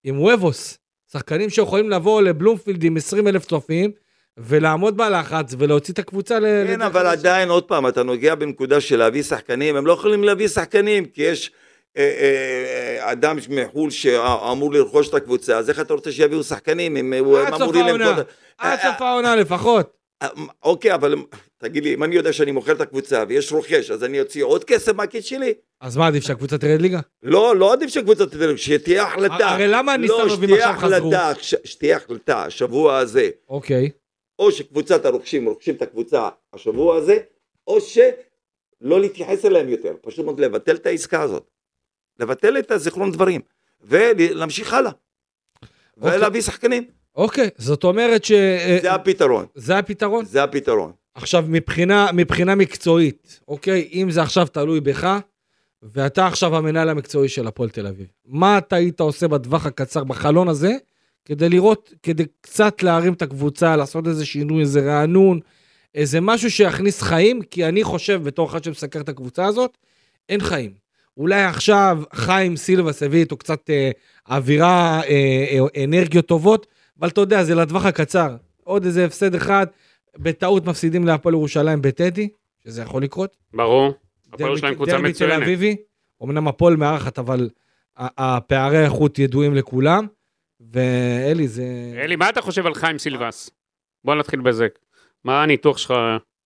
עם וובוס, שחקנים שיכולים לבוא לבלומפילד עם עשרים אלף צופים, ולעמוד בלחץ ולהוציא את הקבוצה. כן, אבל עדיין עוד פעם, אתה נוגע בנקודה של להביא שחקנים, הם לא יכולים להביא שחקנים, כי יש אדם מחול שאמור לרכוש את הקבוצה, אז איך אתה רוצה שיביאו שחקנים? עד סוף העונה, עד סוף העונה לפחות. אוקיי, אבל תגיד לי, אם אני יודע שאני מוכר את הקבוצה ויש רוכש, אז אני אוציא עוד כסף מהכיס שלי? אז מה, עדיף שהקבוצה תרד ליגה? לא, לא עדיף שהקבוצה תרד ליגה, שתהיה החלטה. הרי למה הניסנובים עכשיו חזרו? שתהיה החלטה, השבוע הזה. אוקיי. או שקבוצת הרוכשים רוכשים את הקבוצה השבוע הזה, או שלא להתייחס אליהם יותר, פשוט מאוד לבטל את העסקה הזאת. לבטל את הזיכרון דברים, ולהמשיך הלאה. ולהביא שחקנים. אוקיי, זאת אומרת ש... זה הפתרון. זה הפתרון? זה הפתרון. עכשיו, מבחינה, מבחינה מקצועית, אוקיי, אם זה עכשיו תלוי בך, ואתה עכשיו המנהל המקצועי של הפועל תל אביב, מה אתה היית עושה בטווח הקצר בחלון הזה, כדי לראות, כדי קצת להרים את הקבוצה, לעשות איזה שינוי, איזה רענון, איזה משהו שיכניס חיים, כי אני חושב, בתור אחד שמסקר את הקבוצה הזאת, אין חיים. אולי עכשיו חיים סילבס הביא איתו קצת אה, אווירה, אה, אה, אנרגיות טובות, אבל אתה יודע, זה לטווח הקצר. עוד איזה הפסד אחד, בטעות מפסידים להפועל ירושלים בטדי, שזה יכול לקרות. ברור, הפועל ירושלים קבוצה מצוינת. דרבי תל אביבי, אמנם הפועל מארחת, אבל הפערי האיכות ידועים לכולם, ואלי זה... אלי, מה אתה חושב על חיים סילבס? בוא נתחיל בזה. מה הניתוח שלך?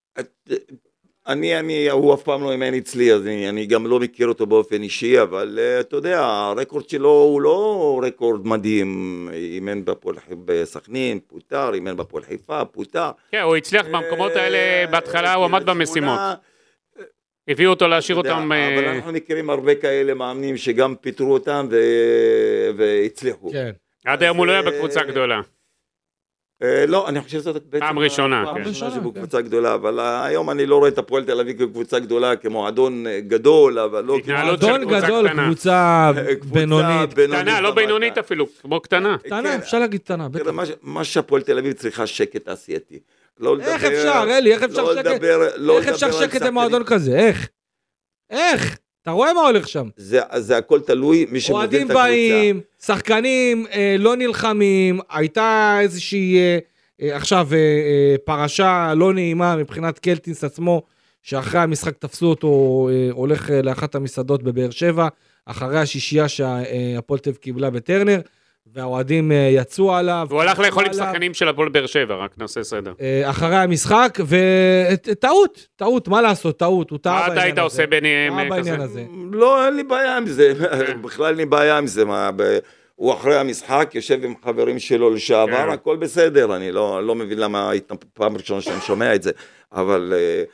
אני, אני, הוא אף פעם לא אימן אצלי, אז אני, אני גם לא מכיר אותו באופן אישי, אבל uh, אתה יודע, הרקורד שלו הוא לא רקורד מדהים, אימן בפועל בסכנין, פוטר, אימן בפועל חיפה, פוטר. כן, הוא הצליח במקומות האלה, בהתחלה הוא עמד במשימות. הביאו אותו להשאיר אותם... אבל אנחנו מכירים הרבה כאלה מאמנים שגם פיתרו אותם והצליחו. כן. עד היום הוא לא היה בקבוצה גדולה. לא, אני חושב שזאת בעצם... פעם ראשונה. פעם ראשונה שבקבוצה גדולה, אבל היום אני לא רואה את הפועל תל אביב כקבוצה גדולה, כמועדון גדול, אבל לא... מועדון גדול, קבוצה בינונית. קטנה, לא בינונית אפילו, כמו קטנה. קטנה, אפשר להגיד קטנה. מה שהפועל תל אביב צריכה שקט עשייתי. איך אפשר, אלי, איך אפשר שקט? איך אפשר שקט למועדון כזה? איך? איך? אתה רואה מה הולך שם? זה, זה הכל תלוי מי שמוביל את הקבוצה. אוהדים באים, שחקנים אה, לא נלחמים, הייתה איזושהי אה, אה, עכשיו אה, אה, פרשה לא נעימה מבחינת קלטינס עצמו, שאחרי המשחק תפסו אותו, אה, הולך אה, לאחת המסעדות בבאר שבע, אחרי השישייה שהפועל תל אביב קיבלה בטרנר, והאוהדים יצאו עליו. הוא הלך לאכול עם שחקנים של הפועל באר שבע, רק נעשה סדר. אחרי המשחק, וטעות, טעות, מה לעשות, טעות, הוא טעה בעניין הזה. מה אתה היית עושה בעניין הזה? לא, אין לי בעיה עם זה, בכלל אין לי בעיה עם זה, הוא אחרי המשחק, יושב עם חברים שלו לשעבר, הכל בסדר, אני לא מבין למה הייתה פעם ראשונה שאני שומע את זה, אבל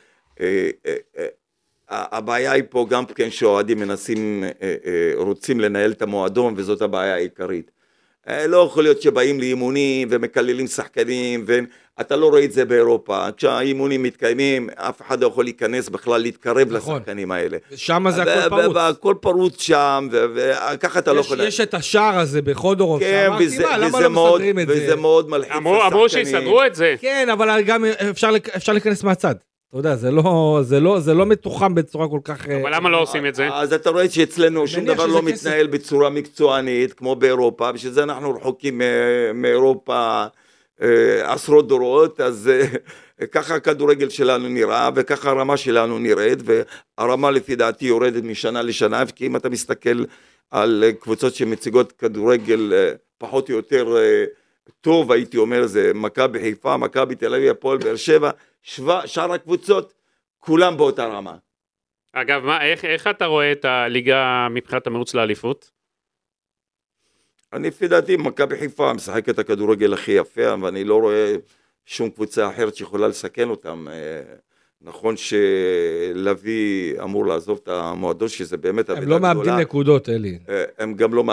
הבעיה היא פה גם כן שאוהדים מנסים, רוצים לנהל את המועדון, וזאת הבעיה העיקרית. לא יכול להיות שבאים לאימונים ומקללים שחקנים, ואתה לא רואה את זה באירופה. כשהאימונים מתקיימים, אף אחד לא יכול להיכנס בכלל, להתקרב לשחקנים האלה. שם זה הכל פרוץ. והכל פרוץ שם, וככה אתה לא יכול... יש את השער הזה בחודורוב, שאמרתי מה, למה לא מסדרים את זה? וזה מאוד מלחיץ לשחקנים. אמרו שיסדרו את זה. כן, אבל גם אפשר להיכנס מהצד. אתה יודע, זה לא, זה לא, זה לא מתוחם בצורה כל כך... אבל למה לא עושים את זה? אז אתה רואה שאצלנו שום דבר לא מתנהל בצורה מקצוענית, כמו באירופה, בשביל זה אנחנו רחוקים מאירופה עשרות דורות, אז ככה הכדורגל שלנו נראה, וככה הרמה שלנו נראית, והרמה לפי דעתי יורדת משנה לשנה, כי אם אתה מסתכל על קבוצות שמציגות כדורגל פחות או יותר טוב, הייתי אומר, זה מכבי חיפה, מכבי תל אביב, הפועל באר שבע, שאר הקבוצות, כולם באותה רמה. אגב, מה, איך, איך אתה רואה את הליגה מבחינת המרוץ לאליפות? אני לפי דעתי, מכבי חיפה משחק את הכדורגל הכי יפה, ואני לא רואה שום קבוצה אחרת שיכולה לסכן אותם. נכון שלוי אמור לעזוב את המועדון, שזה באמת... הם לא מאבדים נקודות, אלי. הם גם לא,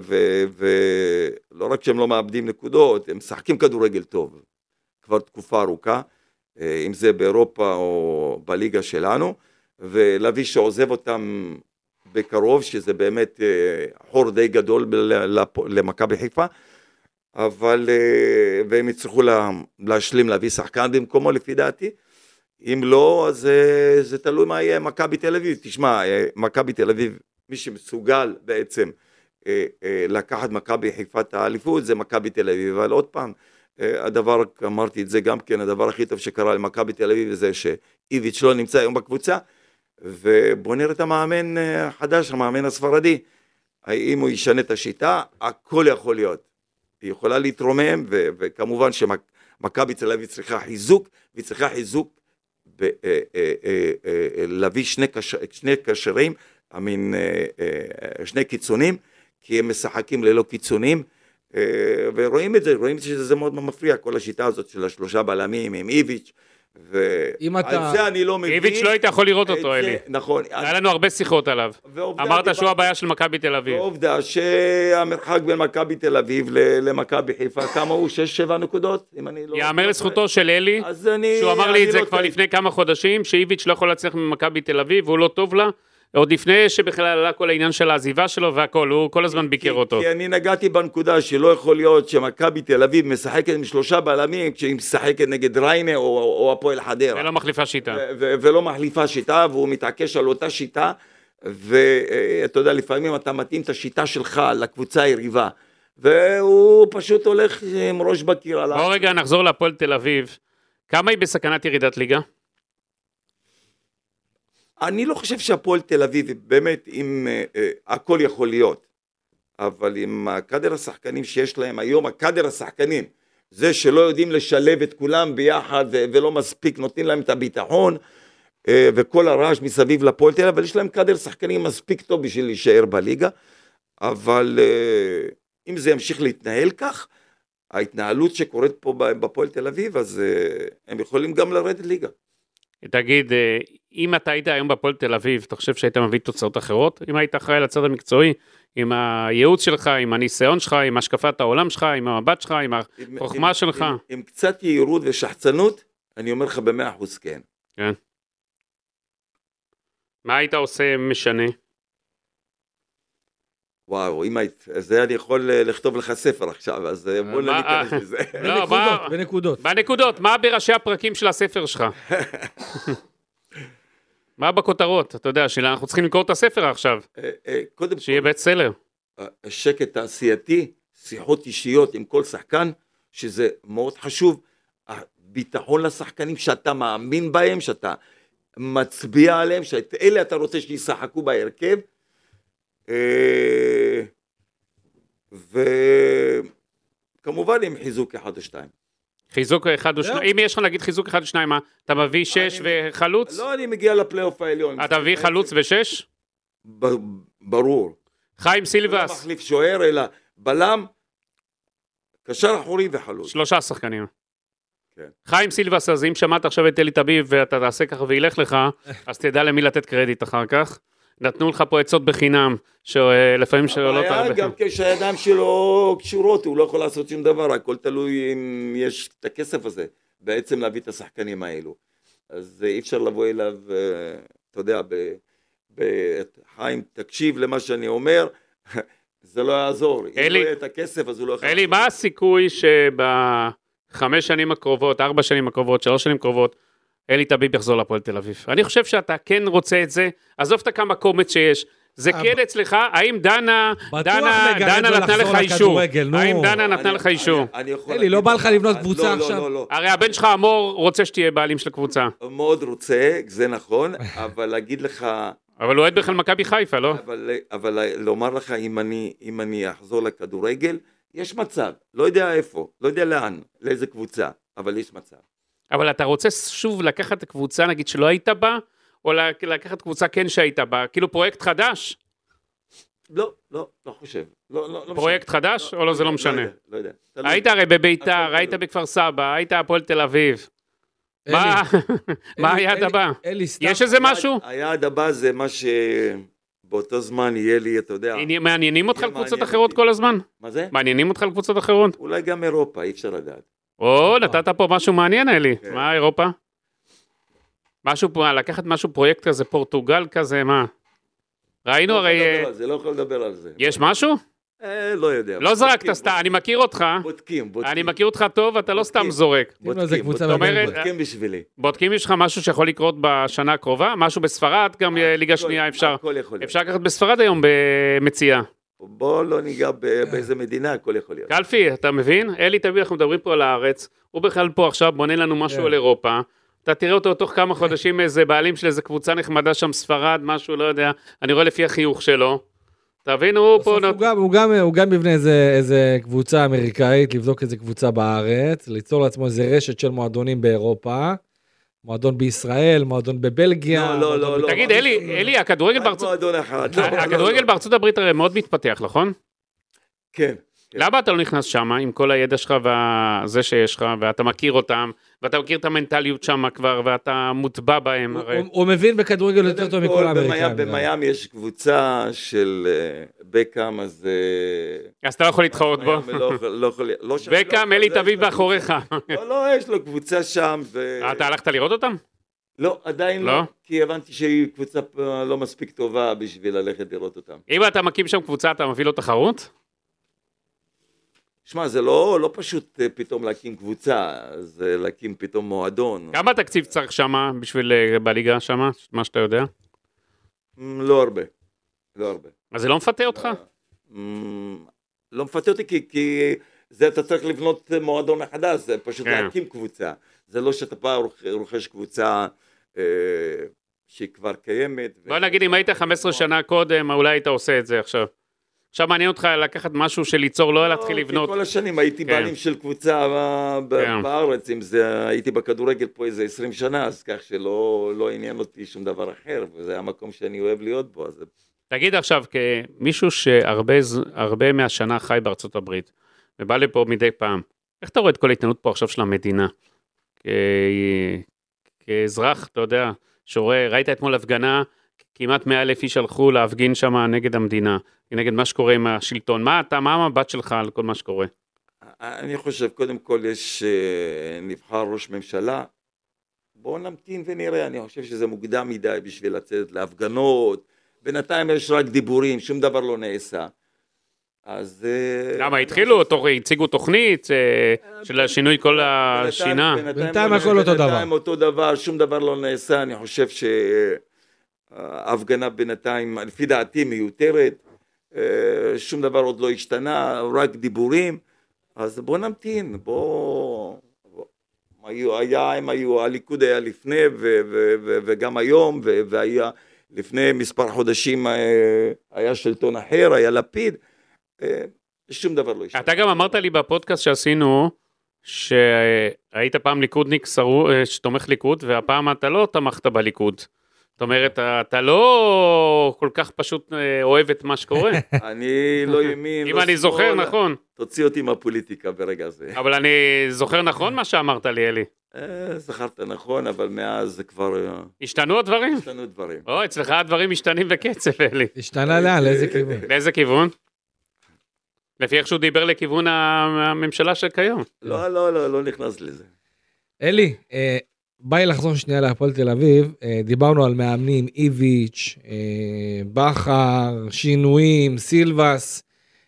ולא רק שהם לא מאבדים נקודות, הם משחקים כדורגל טוב, כבר תקופה ארוכה, אם זה באירופה או בליגה שלנו, ולוי שעוזב אותם בקרוב, שזה באמת חור די גדול למכבי חיפה, אבל, והם יצטרכו להשלים להביא שחקן במקומו לפי דעתי, אם לא, אז זה תלוי מה יהיה מכבי תל אביב. תשמע, מכבי תל אביב, מי שמסוגל בעצם לקחת מכבי חיפה את האליפות, זה מכבי תל אביב, אבל עוד פעם, הדבר, אמרתי את זה גם כן, הדבר הכי טוב שקרה למכבי תל אביב, זה שאיביץ' לא נמצא היום בקבוצה, ובוא נראה את המאמן החדש, המאמן הספרדי, האם הוא ישנה את השיטה, הכל יכול להיות, היא יכולה להתרומם, ו- וכמובן שמכבי תל אביב צריכה חיזוק, והיא צריכה חיזוק, ב- להביא שני, קשר, שני קשרים, אמין, שני קיצונים, כי הם משחקים ללא קיצונים, ורואים את זה, רואים שזה מאוד מפריע, כל השיטה הזאת של השלושה בלמים עם איביץ', ועל זה אני לא מבין. איביץ' לא היית יכול לראות אותו, אלי. נכון. היה לנו הרבה שיחות עליו. אמרת שהוא הבעיה של מכבי תל אביב. ועובדה שהמרחק בין מכבי תל אביב למכבי חיפה, כמה הוא? שש, שבע נקודות? יאמר לזכותו של אלי, שהוא אמר לי את זה כבר לפני כמה חודשים, שאיביץ' לא יכול להצליח ממכבי תל אביב, והוא לא טוב לה. עוד לפני שבכלל עלה כל העניין של העזיבה שלו והכל, הוא כל הזמן ביקר אותו. כי אני נגעתי בנקודה שלא יכול להיות שמכבי תל אביב משחקת עם שלושה בלמים, כשהיא משחקת נגד ריינה או הפועל חדרה. ולא מחליפה שיטה. ולא מחליפה שיטה, והוא מתעקש על אותה שיטה, ואתה יודע, לפעמים אתה מתאים את השיטה שלך לקבוצה היריבה, והוא פשוט הולך עם ראש בקיר עליו. בוא רגע נחזור להפועל תל אביב. כמה היא בסכנת ירידת ליגה? אני לא חושב שהפועל תל אביב, באמת, אם uh, uh, הכל יכול להיות, אבל עם הקדר השחקנים שיש להם היום, הקדר השחקנים, זה שלא יודעים לשלב את כולם ביחד, ו- ולא מספיק, נותנים להם את הביטחון, uh, וכל הרעש מסביב לפועל תל אביב, אבל יש להם קדר שחקנים מספיק טוב בשביל להישאר בליגה, אבל uh, אם זה ימשיך להתנהל כך, ההתנהלות שקורית פה בפועל תל אביב, אז uh, הם יכולים גם לרדת ליגה. תגיד, אם אתה היית היום בפועל תל אביב, אתה חושב שהיית מביא תוצאות אחרות? אם היית אחראי לצד המקצועי, עם הייעוץ שלך, עם הניסיון שלך, עם השקפת העולם שלך, עם המבט שלך, עם החוכמה שלך? עם, עם קצת יעירות ושחצנות, אני אומר לך במאה אחוז כן. כן. מה היית עושה משנה? וואו, אם היית, זה אני יכול לכתוב לך ספר עכשיו, אז בוא לא ניכנס לזה. לא, בנקודות. בנקודות, מה בראשי הפרקים של הספר שלך? מה בכותרות? אתה יודע, אנחנו צריכים לקרוא את הספר עכשיו. שיהיה בית סלר. שקט תעשייתי, שיחות אישיות עם כל שחקן, שזה מאוד חשוב. ביטחון לשחקנים שאתה מאמין בהם, שאתה מצביע עליהם, שאלה אתה רוצה שישחקו בהרכב, וכמובן עם חיזוק אחד או שתיים. חיזוק אחד או שניים, אם יש לך להגיד חיזוק אחד או שניים, מה? אתה מביא שש וחלוץ? לא, אני מגיע לפלייאוף העליון. אתה מביא חלוץ ושש? ברור. חיים סילבס. לא מחליף שוער, אלא בלם, קשר אחורי וחלוץ. שלושה שחקנים. חיים סילבס, אז אם שמעת עכשיו את אלי טביב ואתה תעשה ככה וילך לך, אז תדע למי לתת קרדיט אחר כך. נתנו לך פה עצות בחינם, שלפעמים שעולות הרבה. הבעיה גם כשהידיים שלו קשורות, הוא לא יכול לעשות שום דבר, הכל תלוי אם יש את הכסף הזה, בעצם להביא את השחקנים האלו. אז אי אפשר לבוא אליו, אתה יודע, חיים, תקשיב למה שאני אומר, זה לא יעזור. אם לא יהיה את הכסף, אז הוא לא יכול... אלי, מה הסיכוי שבחמש שנים הקרובות, ארבע שנים הקרובות, שלוש שנים קרובות, אלי טביב יחזור לפועל תל אביב? אני חושב שאתה כן רוצה את זה, עזוב את כמה קומץ שיש, זה כן אצלך, האם דנה, דנה, דנה נתנה לך אישור? האם דנה נתנה לך אישור? אלי, לא בא לך לבנות קבוצה עכשיו? הרי הבן שלך אמור רוצה שתהיה בעלים של הקבוצה. הוא מאוד רוצה, זה נכון, אבל להגיד לך... אבל הוא עד בכלל מכבי חיפה, לא? אבל לומר לך, אם אני אחזור לכדורגל, יש מצב, לא יודע איפה, לא יודע לאן, לאיזה קבוצה, אבל יש מצב. אבל אתה רוצה שוב לקחת קבוצה, נגיד, שלא היית בה, או לקחת קבוצה כן שהיית בה, כאילו פרויקט חדש? לא, לא, לא חושב. פרויקט חדש, או לא, זה לא משנה? לא יודע. היית הרי בביתר, היית בכפר סבא, היית הפועל תל אביב. מה היעד הבא? יש איזה משהו? היעד הבא זה מה שבאותו זמן יהיה לי, אתה יודע. מעניינים אותך על קבוצות אחרות כל הזמן? מה זה? מעניינים אותך על קבוצות אחרות? אולי גם אירופה, אי אפשר לדעת. או, נתת פה משהו מעניין, אלי. מה אירופה? משהו פה, לקחת משהו, פרויקט כזה, פורטוגל כזה, מה? ראינו הרי... לא יכול לדבר על זה. יש משהו? לא יודע. לא זרקת סתם, אני מכיר אותך. בודקים, בודקים. אני מכיר אותך טוב, אתה לא סתם זורק. בודקים, בודקים בשבילי. בודקים יש לך משהו שיכול לקרות בשנה הקרובה? משהו בספרד, גם ליגה שנייה אפשר. אפשר לקחת בספרד היום במציאה. בוא לא ניגע באיזה מדינה, הכל יכול להיות. קלפי, אתה מבין? אלי תביא, אנחנו מדברים פה על הארץ, הוא בכלל פה עכשיו בונה לנו משהו על אירופה, אתה תראה אותו תוך כמה חודשים איזה בעלים של איזה קבוצה נחמדה שם, ספרד, משהו, לא יודע, אני רואה לפי החיוך שלו, תבין, הוא פה... הוא גם מבנה איזה קבוצה אמריקאית, לבדוק איזה קבוצה בארץ, ליצור לעצמו איזה רשת של מועדונים באירופה, מועדון בישראל, מועדון בבלגיה. לא, לא, לא. תגיד, אלי, הכדורגל בארצות הברית הרי מאוד מתפתח, נכון? כן. למה אתה לא נכנס שם עם כל הידע שלך וזה שיש לך, ואתה מכיר אותם, ואתה מכיר את המנטליות שם כבר, ואתה מוטבע בהם? הוא מבין בכדורגל יותר טוב מכל האמריקאים. במיימי יש קבוצה של בקאם, אז... אז אתה לא יכול להתחרות בו. בקאם, אלי תביא באחוריך. לא, לא, יש לו קבוצה שם. אתה הלכת לראות אותם? לא, עדיין לא, כי הבנתי שהיא קבוצה לא מספיק טובה בשביל ללכת לראות אותם. אם אתה מקים שם קבוצה, אתה מביא לו תחרות? שמע, זה לא, לא פשוט פתאום להקים קבוצה, זה להקים פתאום מועדון. כמה תקציב צריך שמה בשביל בליגה שמה, מה שאתה יודע? לא הרבה, לא הרבה. אז זה לא מפתה אותך? לא מפתה אותי, כי, כי זה אתה צריך לבנות מועדון מחדש, זה פשוט כן. להקים קבוצה. זה לא שאתה פעם רוכש קבוצה אה, שהיא כבר קיימת. בוא ו... נגיד, אם היית חמש עשרה שנה קודם, אולי היית עושה את זה עכשיו. עכשיו מעניין אותך לקחת משהו של ליצור, לא להתחיל לבנות. כל השנים הייתי בעלים של קבוצה בארץ, אם זה הייתי בכדורגל פה איזה עשרים שנה, אז כך שלא עניין אותי שום דבר אחר, וזה המקום שאני אוהב להיות בו. תגיד עכשיו, כמישהו שהרבה מהשנה חי בארצות הברית, ובא לפה מדי פעם, איך אתה רואה את כל ההתנהלות פה עכשיו של המדינה? כאזרח, אתה יודע, שרואה, ראית אתמול הפגנה, כמעט מאה אלף איש הלכו להפגין שם נגד המדינה, נגד מה שקורה עם השלטון. מה אתה, מה המבט שלך על כל מה שקורה? אני חושב, קודם כל יש נבחר ראש ממשלה, בואו נמתין ונראה, אני חושב שזה מוקדם מדי בשביל לצאת להפגנות, בינתיים יש רק דיבורים, שום דבר לא נעשה. אז... למה, התחילו, הציגו תוכנית של השינוי כל השינה? בינתיים הכל אותו דבר. בינתיים אותו דבר, שום דבר לא נעשה, אני חושב ש... ההפגנה בינתיים, לפי דעתי מיותרת, שום דבר עוד לא השתנה, רק דיבורים, אז בוא נמתין, בוא, היה, הם היו, הליכוד היה לפני וגם היום, והיה לפני מספר חודשים היה שלטון אחר, היה לפיד, שום דבר לא השתנה. אתה גם אמרת לי בפודקאסט שעשינו, שהיית פעם ליכודניק שתומך ליכוד, והפעם אתה לא תמכת בליכוד. זאת אומרת, אתה לא כל כך פשוט אוהב את מה שקורה. אני לא ימין, אם אני זוכר נכון. תוציא אותי מהפוליטיקה ברגע זה. אבל אני זוכר נכון מה שאמרת לי, אלי. זכרת נכון, אבל מאז זה כבר... השתנו הדברים? השתנו דברים. או, אצלך הדברים משתנים בקצב, אלי. השתנה לאן? לאיזה כיוון? לאיזה כיוון? לפי איך שהוא דיבר לכיוון הממשלה של כיום. לא, לא, לא, לא נכנס לזה. אלי, ביי לחזור שנייה להפועל תל אביב, דיברנו על מאמנים, איביץ', בכר, שינויים, סילבס,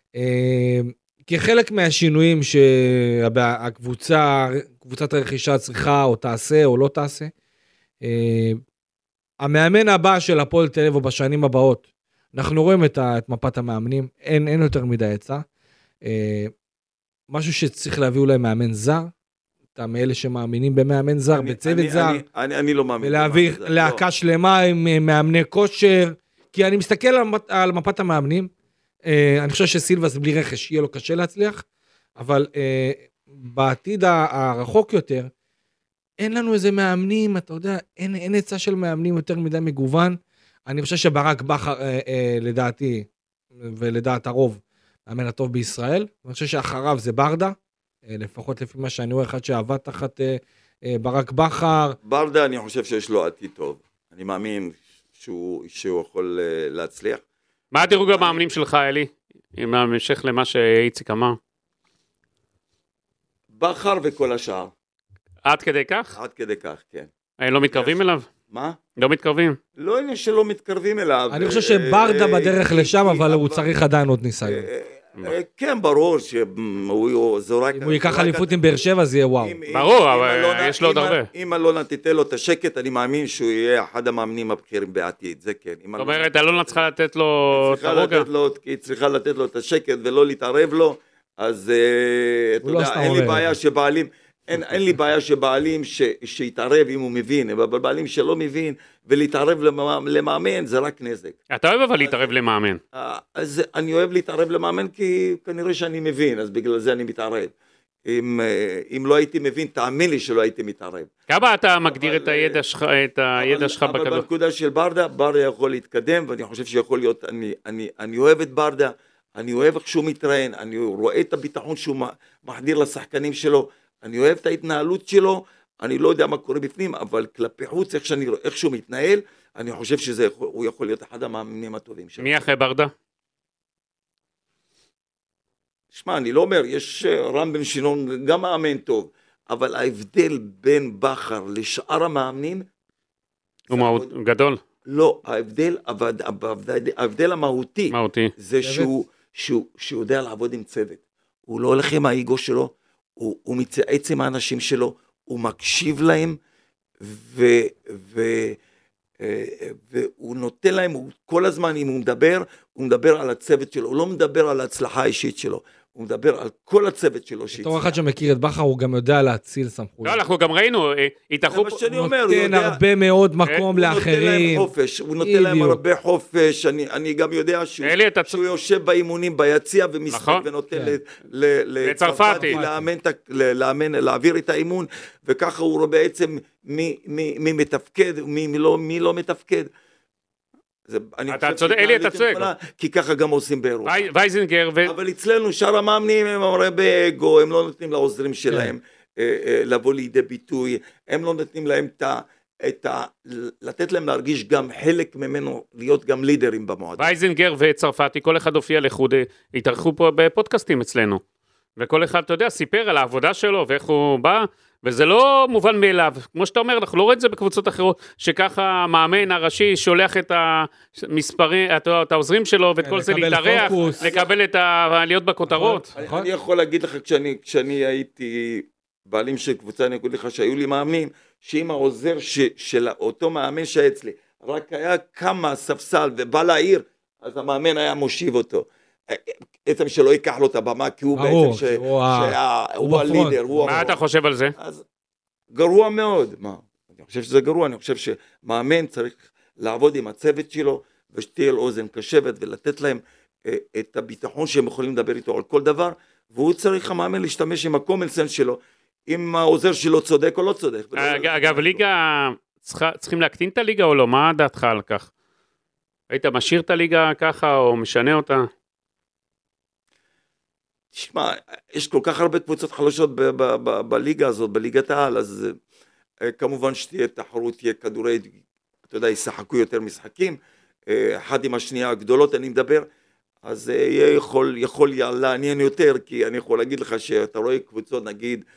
כחלק מהשינויים שהקבוצה, קבוצת הרכישה צריכה או תעשה או לא תעשה, המאמן הבא של הפועל תל אביב בשנים הבאות, אנחנו רואים את, את מפת המאמנים, אין, אין יותר מדי עצה, משהו שצריך להביא אולי מאמן זר, אתה מאלה שמאמינים במאמן זר, אני, בצוות אני, זר, אני, אני, אני לא מאמין. ולהביא להקה לא. שלמה עם מאמני כושר, כי אני מסתכל על, על מפת המאמנים, אה, אני חושב שסילבס בלי רכש יהיה לו קשה להצליח, אבל אה, בעתיד הרחוק יותר, אין לנו איזה מאמנים, אתה יודע, אין, אין עצה של מאמנים יותר מדי מגוון, אני חושב שברק בכר, אה, אה, לדעתי, ולדעת הרוב, מאמן הטוב בישראל, אני חושב שאחריו זה ברדה, לפחות לפי מה שאני רואה, אחד שעבד תחת ברק בכר. ברדה, אני חושב שיש לו עתיד טוב. אני מאמין שהוא, שהוא יכול להצליח. מה הדירוג המאמנים שלך, אלי? עם המשך למה שאיציק אמר. בכר וכל השאר. עד כדי כך? עד כדי כך, כן. לא מתקרבים אליו? מה? לא מתקרבים. לא שלא מתקרבים אליו. אני חושב שברדה בדרך לשם, אבל הוא צריך עדיין עוד ניסיון. כן, ברור שהוא זורק... אם הוא ייקח אליפות עם באר שבע, זה יהיה וואו. ברור, אבל יש לו עוד הרבה. אם אלונה תיתן לו את השקט, אני מאמין שהוא יהיה אחד המאמנים הבכירים בעתיד, זה כן. זאת אומרת, אלונה צריכה לתת לו את הרוגע. היא צריכה לתת לו את השקט ולא להתערב לו, אז אתה יודע, אין לי בעיה שבעלים... אין, אין לי בעיה שבעלים ש, שיתערב אם הוא מבין, אבל בעלים שלא מבין ולהתערב למאמן זה רק נזק. אתה אוהב אבל להתערב למאמן. אז אני אוהב להתערב למאמן כי כנראה שאני מבין, אז בגלל זה אני מתערב. אם, אם לא הייתי מבין, תאמין לי שלא הייתי מתערב. כמה אתה מגדיר את הידע שלך, את הידע שלך בכדור? אבל בנקודה של ברדה, ברדה יכול להתקדם, ואני חושב שיכול להיות, אני, אני, אני אוהב את ברדה, אני אוהב איך שהוא מתראיין, אני רואה את הביטחון שהוא מחדיר לשחקנים שלו, אני אוהב את ההתנהלות שלו, אני לא יודע מה קורה בפנים, אבל כלפי חוץ, איך, שאני, איך שהוא מתנהל, אני חושב שהוא יכול להיות אחד המאמנים הטובים שלו. מי אחרי ברדה? שמע, אני לא אומר, יש רם בן שינון, גם מאמן טוב, אבל ההבדל בין בכר לשאר המאמנים, הוא גדול. לא, ההבדל, ההבדל המהותי, מהותי. זה שהוא, שהוא, שהוא יודע לעבוד עם צוות. הוא לא הולך עם האיגו שלו, הוא, הוא מצייץ עם האנשים שלו, הוא מקשיב להם, ו, ו, והוא נותן להם, הוא, כל הזמן אם הוא מדבר, הוא מדבר על הצוות שלו, הוא לא מדבר על ההצלחה האישית שלו, הוא מדבר על כל הצוות שלו. בתור אחד שמכיר את בכר, הוא גם יודע להציל סמכות. לא, אנחנו גם ראינו, התאחו... זה מה שאני אומר, הוא נותן הרבה מאוד מקום לאחרים. הוא נותן להם חופש, הוא נותן להם הרבה חופש, אני גם יודע שהוא יושב באימונים ביציע ומשחק ונותן לצרפתי להעביר את האימון, וככה הוא רואה בעצם מי מתפקד ומי לא מתפקד. אתה צודק, אלי אתה צודק. כי ככה גם עושים באירופה. וייזנגר ו... אבל אצלנו שאר המאמנים הם הרי באגו, הם לא נותנים לעוזרים שלהם לבוא לידי ביטוי, הם לא נותנים להם את ה... לתת להם להרגיש גם חלק ממנו, להיות גם לידרים במועד. וייזנגר וצרפתי, כל אחד הופיע לחוד, התארחו פה בפודקאסטים אצלנו. וכל אחד, אתה יודע, סיפר על העבודה שלו ואיך הוא בא, וזה לא מובן מאליו. כמו שאתה אומר, אנחנו לא רואים את זה בקבוצות אחרות, שככה המאמן הראשי שולח את המספרים, את העוזרים שלו, ואת כל זה להתארח, לקבל את ה... להיות בכותרות. אני יכול להגיד לך, כשאני הייתי בעלים של קבוצה, אני אגיד לך שהיו לי מאמנים, שאם העוזר של אותו מאמן שהיה אצלי, רק היה כמה ספסל ובא לעיר, אז המאמן היה מושיב אותו. עצם שלא ייקח לו את הבמה, כי הוא בעצם שהוא הלידר. מה אתה חושב על זה? אז גרוע מאוד. מה? אני חושב שזה גרוע, אני חושב שמאמן צריך לעבוד עם הצוות שלו, ושתהיה לו אוזן קשבת, ולתת להם את הביטחון שהם יכולים לדבר איתו על כל דבר, והוא צריך המאמן להשתמש עם ה-common sense שלו, אם העוזר שלו צודק או לא צודק. אגב, ליגה, צריכים להקטין את הליגה או לא? מה דעתך על כך? היית משאיר את הליגה ככה, או משנה אותה? תשמע, יש כל כך הרבה קבוצות חלשות בליגה הזאת, בליגת העל, אז כמובן שתהיה תחרות, תהיה כדורי, אתה יודע, ישחקו יותר משחקים, אחד עם השנייה הגדולות אני מדבר, אז יכול, יכול לעניין יותר, כי אני יכול להגיד לך שאתה רואה קבוצות, נגיד,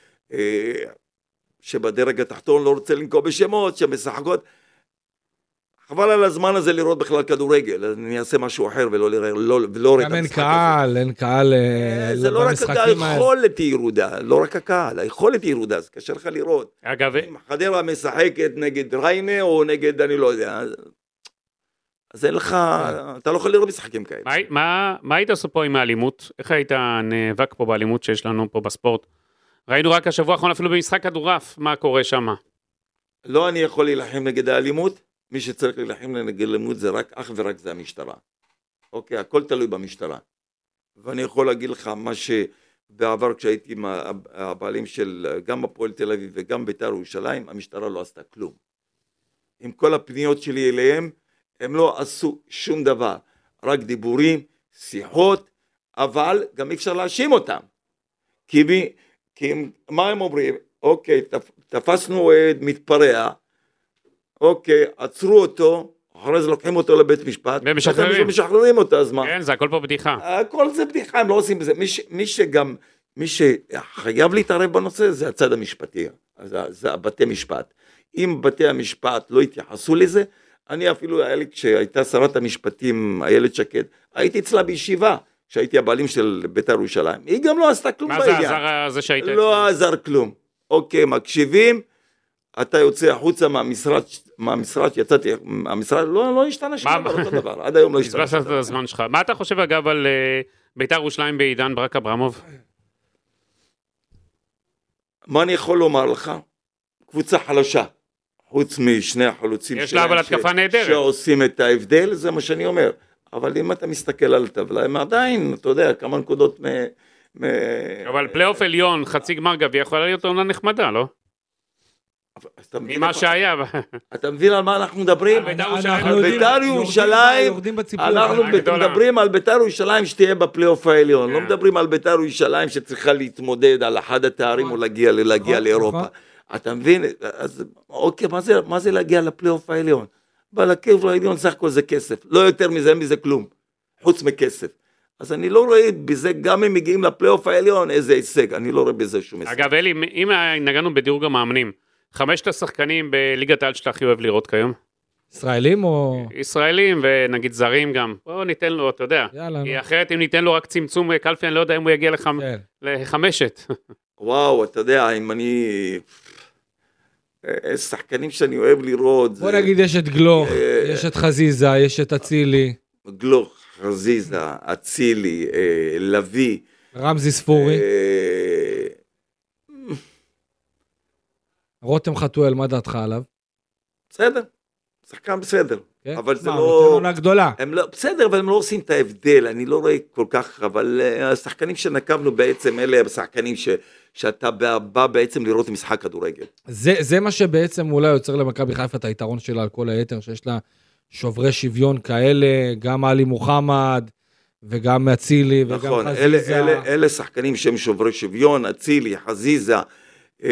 שבדרג התחתון לא רוצה לנקוב בשמות, שמשחקות, חבל על הזמן הזה לראות בכלל כדורגל, אני אעשה משהו אחר ולא לראה, ולא רואה את המשחק הזה. גם אין קהל, אין קהל זה לא רק היכולת ירודה, לא רק הקהל, היכולת ירודה, זה קשה לך לראות. אגב, חדרה משחקת נגד ריינה או נגד, אני לא יודע, אז אין לך, אתה לא יכול לראות משחקים כאלה. מה היית עושה פה עם האלימות? איך היית נאבק פה באלימות שיש לנו פה בספורט? ראינו רק השבוע האחרון אפילו במשחק כדורעף, מה קורה שם? לא אני יכול להילחם נגד האלימות, מי שצריך להילחם נגד האלימות זה רק, אך ורק זה המשטרה. אוקיי, הכל תלוי במשטרה. ואני יכול להגיד לך מה שבעבר כשהייתי עם הבעלים של גם הפועל תל אביב וגם בית"ר ירושלים, המשטרה לא עשתה כלום. עם כל הפניות שלי אליהם, הם לא עשו שום דבר. רק דיבורים, שיחות, אבל גם אי אפשר להאשים אותם. כי, מי, כי מה הם אומרים? אוקיי, תפסנו מתפרע, אוקיי, עצרו אותו, אחרי זה לוקחים אותו לבית משפט, ומשחררים. משחררים אותו, אז מה? כן, זה הכל פה בדיחה. הכל זה בדיחה, הם לא עושים בזה. מי, ש, מי שגם, מי שחייב להתערב בנושא, זה הצד המשפטי, זה, זה הבתי משפט. אם בתי המשפט לא התייחסו לזה, אני אפילו, היה לי, כשהייתה שרת המשפטים, איילת שקד, הייתי אצלה בישיבה, שהייתי הבעלים של בית"ר ירושלים, היא גם לא עשתה כלום בעניין. מה זה עזר זה שהיית? לא עזר כלום. אוקיי, מקשיבים, אתה יוצא החוצה מהמשרד, מהמשרד, יצאתי, המשרד, לא, לא השתנה שום דבר, אותו דבר, עד היום לא השתנה שום דבר. את הזמן שלך. מה אתה חושב אגב על בית"ר ירושלים בעידן ברק אברמוב? מה אני יכול לומר לך? קבוצה חלשה, חוץ משני החלוצים יש לה אבל התקפה נהדרת. שעושים את ההבדל, זה מה שאני אומר. אבל אם אתה מסתכל על הטבלה, הם עדיין, אתה יודע, כמה נקודות מ... מ... אבל פלייאוף עליון, חצי גמר גביע, יכולה להיות עונה נחמדה, לא? ממה שהיה. אתה מבין על מה אנחנו מדברים? על בית"ר ירושלים, אנחנו מדברים על בית"ר ירושלים שתהיה בפלייאוף העליון, לא מדברים על בית"ר ירושלים שצריכה להתמודד על אחד התארים או להגיע לאירופה. אתה מבין? אז אוקיי, מה זה להגיע לפלייאוף העליון? בפלייאוף העליון סך הכל זה כסף, לא יותר מזה, מזה כלום, חוץ מכסף. אז אני לא רואה בזה, גם אם מגיעים לפלייאוף העליון, איזה הישג, אני לא רואה בזה שום הישג. אגב, אלי, אם נגענו בדירוג המאמנים, חמשת השחקנים בליגת העל שאתה הכי אוהב לראות כיום? ישראלים או... ישראלים ונגיד זרים גם. בואו ניתן לו, אתה יודע. יאללה. כי אחרת אם ניתן לו רק צמצום קלפי, אני לא יודע אם הוא יגיע לחמשת. וואו, אתה יודע, אם אני... שחקנים שאני אוהב לראות... בוא נגיד, יש את גלוך, יש את חזיזה, יש את אצילי. גלוך, חזיזה, אצילי, לוי. רמזי ספורי. רותם חתואל, מה דעתך עליו? בסדר, שחקן בסדר. כן? אבל זה מה, לא... נותן עונה גדולה. הם לא... בסדר, אבל הם לא עושים את ההבדל, אני לא רואה כל כך, אבל השחקנים שנקבנו בעצם, אלה השחקנים ש... שאתה בא בעצם לראות משחק כדורגל. זה, זה מה שבעצם אולי יוצר למכבי חיפה את היתרון שלה על כל היתר, שיש לה שוברי שוויון כאלה, גם עלי מוחמד, וגם אצילי, וגם נכון, חזיזה. אלה, אלה, אלה שחקנים שהם שוברי שוויון, אצילי, חזיזה, אה,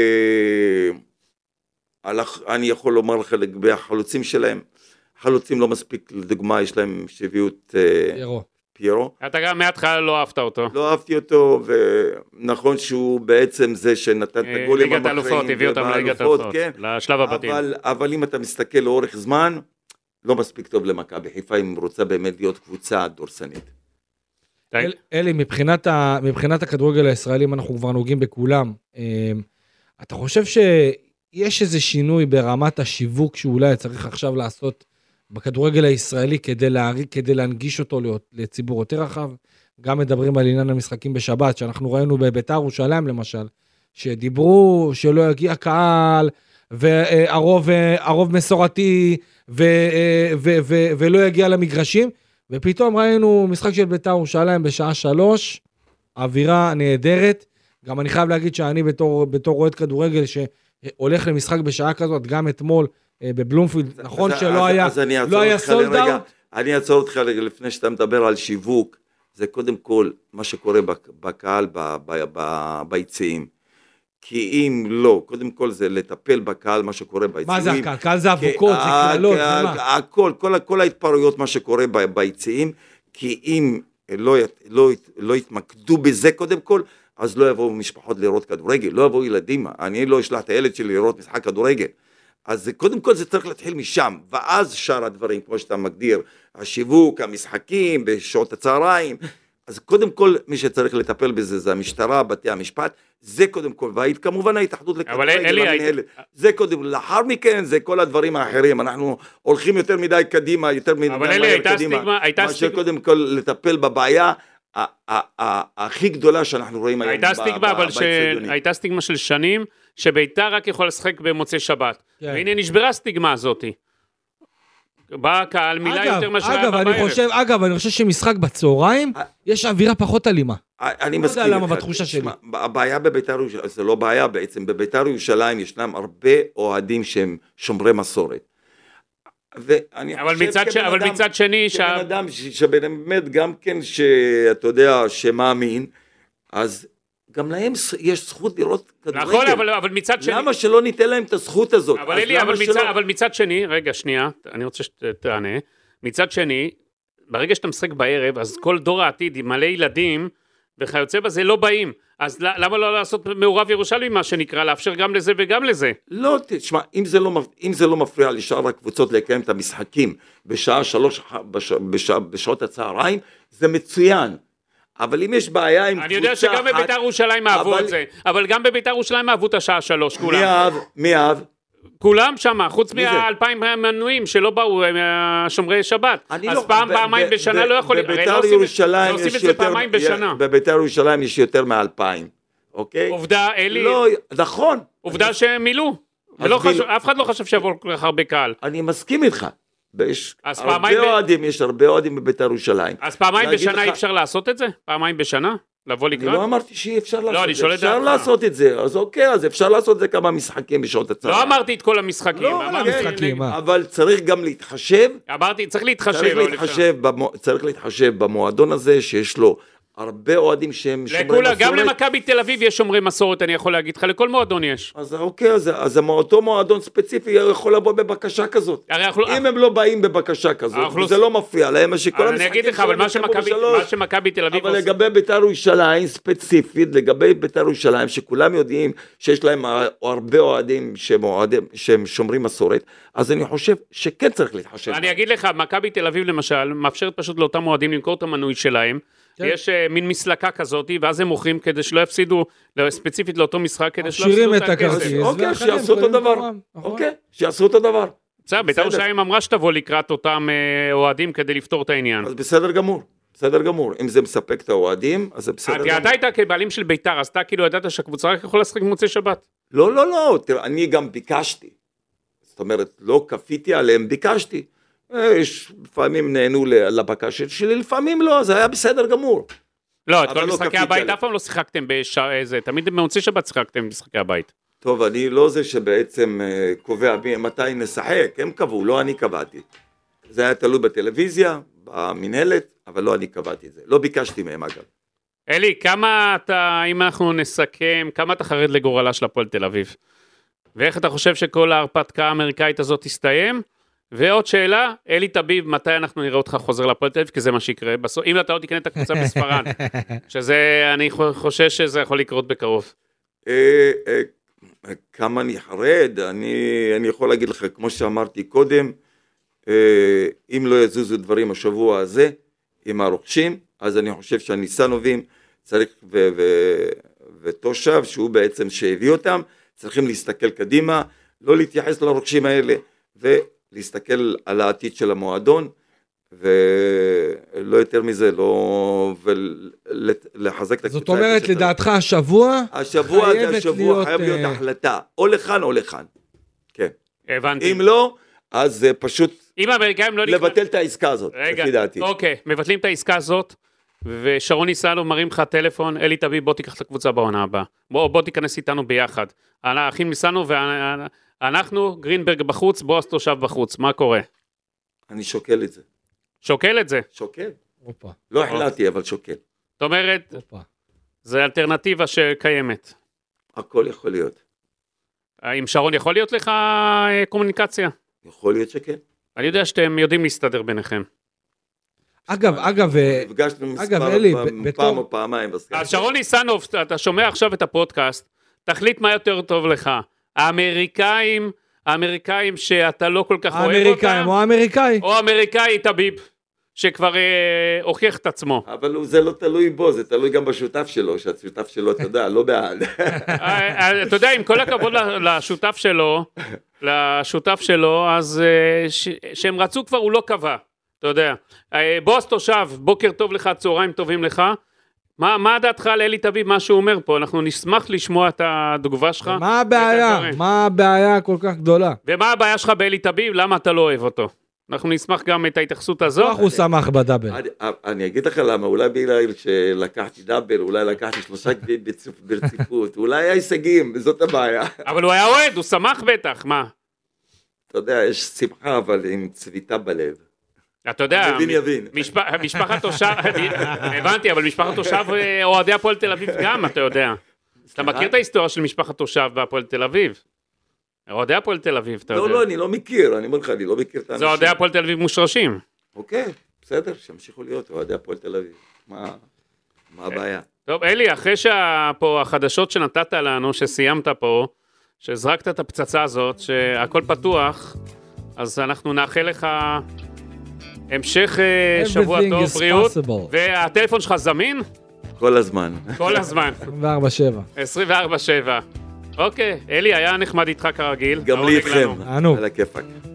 הלך, אני יכול לומר לך לגבי החלוצים שלהם, חלוצים לא מספיק, לדוגמה, יש להם שוויות... אה, פיירו. פיירו. אתה גם מההתחלה לא אהבת אותו. לא אהבתי אותו, ונכון שהוא בעצם זה שנתן את הגולים ליגת אלופות, הביא אותם לליגת אלופות, כן. לשלב הבתים. אבל, אבל אם אתה מסתכל לאורך זמן, לא מספיק טוב למכבי חיפה, אם רוצה באמת להיות קבוצה דורסנית. אל, אלי, מבחינת, ה, מבחינת הכדורגל הישראלים, אנחנו כבר נוגעים בכולם. אתה חושב שיש איזה שינוי ברמת השיווק שאולי צריך עכשיו לעשות בכדורגל הישראלי כדי, להריג, כדי להנגיש אותו לציבור יותר רחב? גם מדברים על עניין המשחקים בשבת, שאנחנו ראינו בבית"ר ירושלים למשל, שדיברו שלא יגיע קהל, והרוב, הרוב מסורתי, ו, ו, ו, ולא יגיע למגרשים, ופתאום ראינו משחק של בית"ר ירושלים בשעה שלוש, אווירה נהדרת. גם אני חייב להגיד שאני בתור, בתור רואה כדורגל שהולך למשחק בשעה כזאת, גם אתמול בבלומפילד, נכון אז, שלא אז, היה, אז לא היה סולד אאוט. אני אעצור אותך לפני שאתה מדבר על שיווק, זה קודם כל מה שקורה בקהל, ביציעים. כי אם לא, קודם כל זה לטפל בקהל, מה שקורה ביציעים. מה זה הקהל? קהל זה אבוקות, זה קהלות, זה מה? הכל, כל, כל ההתפרעויות, מה שקורה ביציעים, כי אם לא, לא, לא יתמקדו בזה קודם כל, אז לא יבואו משפחות לראות כדורגל, לא יבואו ילדים, אני לא אשלח את הילד שלי לראות משחק כדורגל. אז קודם כל זה צריך להתחיל משם, ואז שאר הדברים, כמו שאתה מגדיר, השיווק, המשחקים, בשעות הצהריים, אז קודם כל מי שצריך לטפל בזה זה המשטרה, בתי המשפט, זה קודם כל, וכמובן ההתאחדות לכדורגל, זה קודם, לאחר מכן זה כל הדברים האחרים, אנחנו הולכים יותר מדי קדימה, יותר מדי מהר קדימה, מה שקודם כל לטפל בבעיה, הכי גדולה שאנחנו רואים היום באצטדיונים. הייתה סטיגמה של שנים, שבית"ר רק יכול לשחק במוצאי שבת, והנה נשברה הסטיגמה הזאת. בא הקהל, מילה יותר משרה בערב. אגב, אני חושב שמשחק בצהריים, יש אווירה פחות אלימה. אני מסכים. לא יודע למה בתחושה שלי. הבעיה בבית"ר ירושלים, זה לא בעיה בעצם, בבית"ר ירושלים ישנם הרבה אוהדים שהם שומרי מסורת. אבל מצד שני, שבן אדם שבאמת גם כן שאתה יודע שמאמין, אז גם להם יש זכות לראות כדורגל. נכון, אבל מצד שני... למה שלא ניתן להם את הזכות הזאת? אבל אלי, אבל מצד שני, רגע, שנייה, אני רוצה שתענה, מצד שני, ברגע שאתה משחק בערב, אז כל דור העתיד עם מלא ילדים, וכיוצא בזה לא באים. אז למה לא לעשות מעורב ירושלים, מה שנקרא, לאפשר גם לזה וגם לזה? לא, תשמע, אם זה לא, אם זה לא מפריע לשאר הקבוצות לקיים את המשחקים בשעה שלוש, בשע, בשע, בשעות הצהריים, זה מצוין. אבל אם יש בעיה עם קבוצה... אני יודע שגם בביתר ירושלים אהבו אבל... את זה, אבל גם בביתר ירושלים אהבו את השעה שלוש, כולם. מי אהב? מי אהב? כולם שם, חוץ מהאלפיים מנויים שלא באו, שומרי שבת. אז לא, פעם, ב- פעמיים ב- בשנה ב- לא יכולים, הרי לא עושים, לא עושים את זה יותר, פעמיים בשנה. בביתר ירושלים יש יותר מאלפיים, אוקיי? עובדה, אלי, לא, נכון. עובדה שהם מילאו. ולא חשב, אף אחד לא חשב שיבוא כל כך הרבה קהל. אני מסכים איתך. יש הרבה פעמיים ב- אוהדים, יש הרבה אוהדים בביתר ירושלים. אז פעמיים להגיד בשנה לך- אי אפשר לעשות את זה? פעמיים בשנה? לבוא אני לקראת? לא אמרתי שאי אפשר לעשות אני את זה, שואל את אפשר דעתך. לעשות את זה, אז אוקיי, אז אפשר לעשות את זה כמה משחקים בשעות הצהריים. לא אמרתי את כל המשחקים. לא, אמרתי- כן, המשחקים, מה? אבל צריך גם להתחשב, אמרתי, צריך להתחשב. צריך אבל להתחשב, במו, צריך להתחשב במועדון הזה שיש לו הרבה אוהדים שהם שומרי לכולה, מסורת. גם למכבי תל אביב יש שומרי מסורת, אני יכול להגיד לך, לכל מועדון יש. אז אוקיי, אז, אז אותו מועדון ספציפי יכול לבוא בבקשה כזאת. הרי אנחנו... אם הם לא באים בבקשה כזאת, אנחנו- זה לא מפריע להם, שכל אבל אני אגיד לך, אבל מה שלהם שמכבי- יקבלו מה בשלוש. שמכבי תל אביב אבל עושה- לגבי בית"ר ירושלים ספציפית, לגבי בית"ר ירושלים, שכולם יודעים שיש להם הרבה אוהדים שהם, אוהדים, שהם שומרים מסורת, אז אני חושב שכן צריך להתחשב. אני אגיד לך, מכבי תל אביב למשל, מאפשרת פשוט לאותם מועדים למכור את המנוי שלהם, יש uh, מין מסלקה כזאת, ואז הם מוכרים כדי שלא יפסידו, ספציפית לאותו משחק, כדי שלא משאירים יפסידו את את הכסף. הכרטיס. אוקיי, ואחרים שיעשו אותו קונים דבר. כמובן, נכון. אוקיי, שיעשו אותו דבר. בסדר, בית"ר ירושלים אמרה שתבוא לקראת אותם uh, אוהדים כדי לפתור את העניין. אז בסדר גמור, בסדר גמור. אם זה מספק את האוהדים, אז זה בסדר גמור. אתה היית כבעלים של בית"ר, אז אתה כאילו ידעת שהקבוצה רק יכולה לשחק במוצאי שבת. לא, לא, לא, תראה, אני גם ביקשתי. זאת אומרת, לא כפיתי עליהם, ביקשתי. יש, לפעמים נהנו לבקשה שלי, לפעמים לא, זה היה בסדר גמור. לא, את אבל כל לא משחקי כפיתי הבית עליהם. אף פעם לא שיחקתם בשעה, תמיד במוצאי שבת שיחקתם במשחקי הבית. טוב, אני לא זה שבעצם אה, קובע מי- מתי נשחק, הם קבעו, לא אני קבעתי. זה היה תלוי בטלוויזיה, במנהלת, אבל לא אני קבעתי את זה. לא ביקשתי מהם אגב. אלי, כמה אתה, אם אנחנו נסכם, כמה אתה חרד לגורלה של הפועל תל אביב? ואיך אתה חושב שכל ההרפתקה האמריקאית הזאת תסתיים? ועוד שאלה, אלי תביב, מתי אנחנו נראה אותך חוזר לפועל תל אביב? כי זה מה שיקרה. בסוף, אם אתה עוד תקנה את הקבוצה בספרד, שזה, אני חושש שזה יכול לקרות בקרוב. אה, אה, כמה אני חרד, אני, אני יכול להגיד לך, כמו שאמרתי קודם, אה, אם לא יזוזו דברים השבוע הזה, עם הרוכשים, אז אני חושב שהניסנובים צריך, ו, ו, ותושב, שהוא בעצם שהביא אותם, צריכים להסתכל קדימה, לא להתייחס לרוכשים האלה, ולהסתכל על העתיד של המועדון, ולא יותר מזה, לא, ולחזק את הקבוצה. זאת אומרת, לדעתך השבוע, השבוע זה חייבת השבוע, להיות, חייב להיות אה, החלטה, או לכאן או לכאן, כן. הבנתי. אם לא, אז זה פשוט אם האמריקאים לא... לבטל את העסקה הזאת, רגע, לפי דעתי. אוקיי, מבטלים את העסקה הזאת, ושרון ניסנו מרים לך טלפון, אלי תביב, בוא תיקח את הקבוצה בעונה הבאה. בוא, בוא תיכנס איתנו ביחד. האחים ניסנו, ואנחנו, גרינברג בחוץ, בועז תושב בחוץ. מה קורה? אני שוקל את זה. שוקל את זה. שוקל. הופה, לא החלטתי, אבל שוקל. זאת אומרת, הופה. זו אלטרנטיבה שקיימת. הכל יכול להיות. עם שרון יכול להיות לך אה, קומוניקציה? יכול להיות שכן. אני יודע שאתם יודעים להסתדר ביניכם. אגב, אגב, אה, נפגשנו אגב, מספר אלי, פעם- ב- פעם בתור- או פעמיים. בסקייפ. אז שרון ניסנוב, אתה שומע עכשיו את הפודקאסט, תחליט מה יותר טוב לך. האמריקאים, האמריקאים שאתה לא כל כך אוהב אותם, האמריקאים או האמריקאי. או האמריקאי תביב, שכבר אה, הוכיח את עצמו. אבל הוא- זה לא תלוי בו, זה תלוי גם בשותף שלו, שהשותף שלו, אתה יודע, לא בעד. אה, אה, אתה יודע, עם כל הכבוד ל- לשותף שלו, לשותף שלו, אז אה, ש- שהם רצו כבר, הוא לא קבע. אתה יודע. אה, בועז תושב, בוקר טוב לך, צהריים טובים לך. מה, מה דעתך על אלי תביב, מה שהוא אומר פה? אנחנו נשמח לשמוע את התגובה שלך. מה הבעיה? מה הבעיה כל כך גדולה? ומה הבעיה שלך באלי תביב? למה אתה לא אוהב אותו? אנחנו נשמח גם את ההתייחסות הזאת. איך הוא שמח בדאבל? אני- אני אגיד לך למה, אולי בגלל שלקחתי דאבל, אולי לקחתי שלושה גביעים ברציפ- ברציפות, אולי היה הישגים, זאת הבעיה. אבל הוא היה אוהד, הוא שמח בטח, מה? אתה יודע, יש שמחה, אבל עם צביטה בלב. אתה יודע, המבין יבין. משפ- משפחת תושב, הבנתי, אבל משפחת תושב אה, אוהדי הפועל תל אביב גם, אתה יודע. אתה מכיר את ההיסטוריה של משפחת תושב בהפועל תל אביב? אוהדי הפועל תל אביב, אתה לא, יודע. לא, אני לא מכיר, אני אומר לך, אני לא מכיר את זה האנשים. אוהדי הפועל תל אביב מושרשים. אוקיי, בסדר, שימשיכו להיות אוהדי הפועל תל אביב. מה מה הבעיה? טוב, אלי, אחרי שפה החדשות שנתת לנו, שסיימת פה, שהזרקת את הפצצה הזאת, שהכל פתוח, אז אנחנו נאחל לך המשך שבוע טוב, בריאות, possible. והטלפון שלך זמין? כל הזמן. כל הזמן. עשרים וארבע שבע. עשרים וארבע שבע. אוקיי, אלי, היה נחמד איתך כרגיל. גם לי איתכם. ענו. על הכיפק.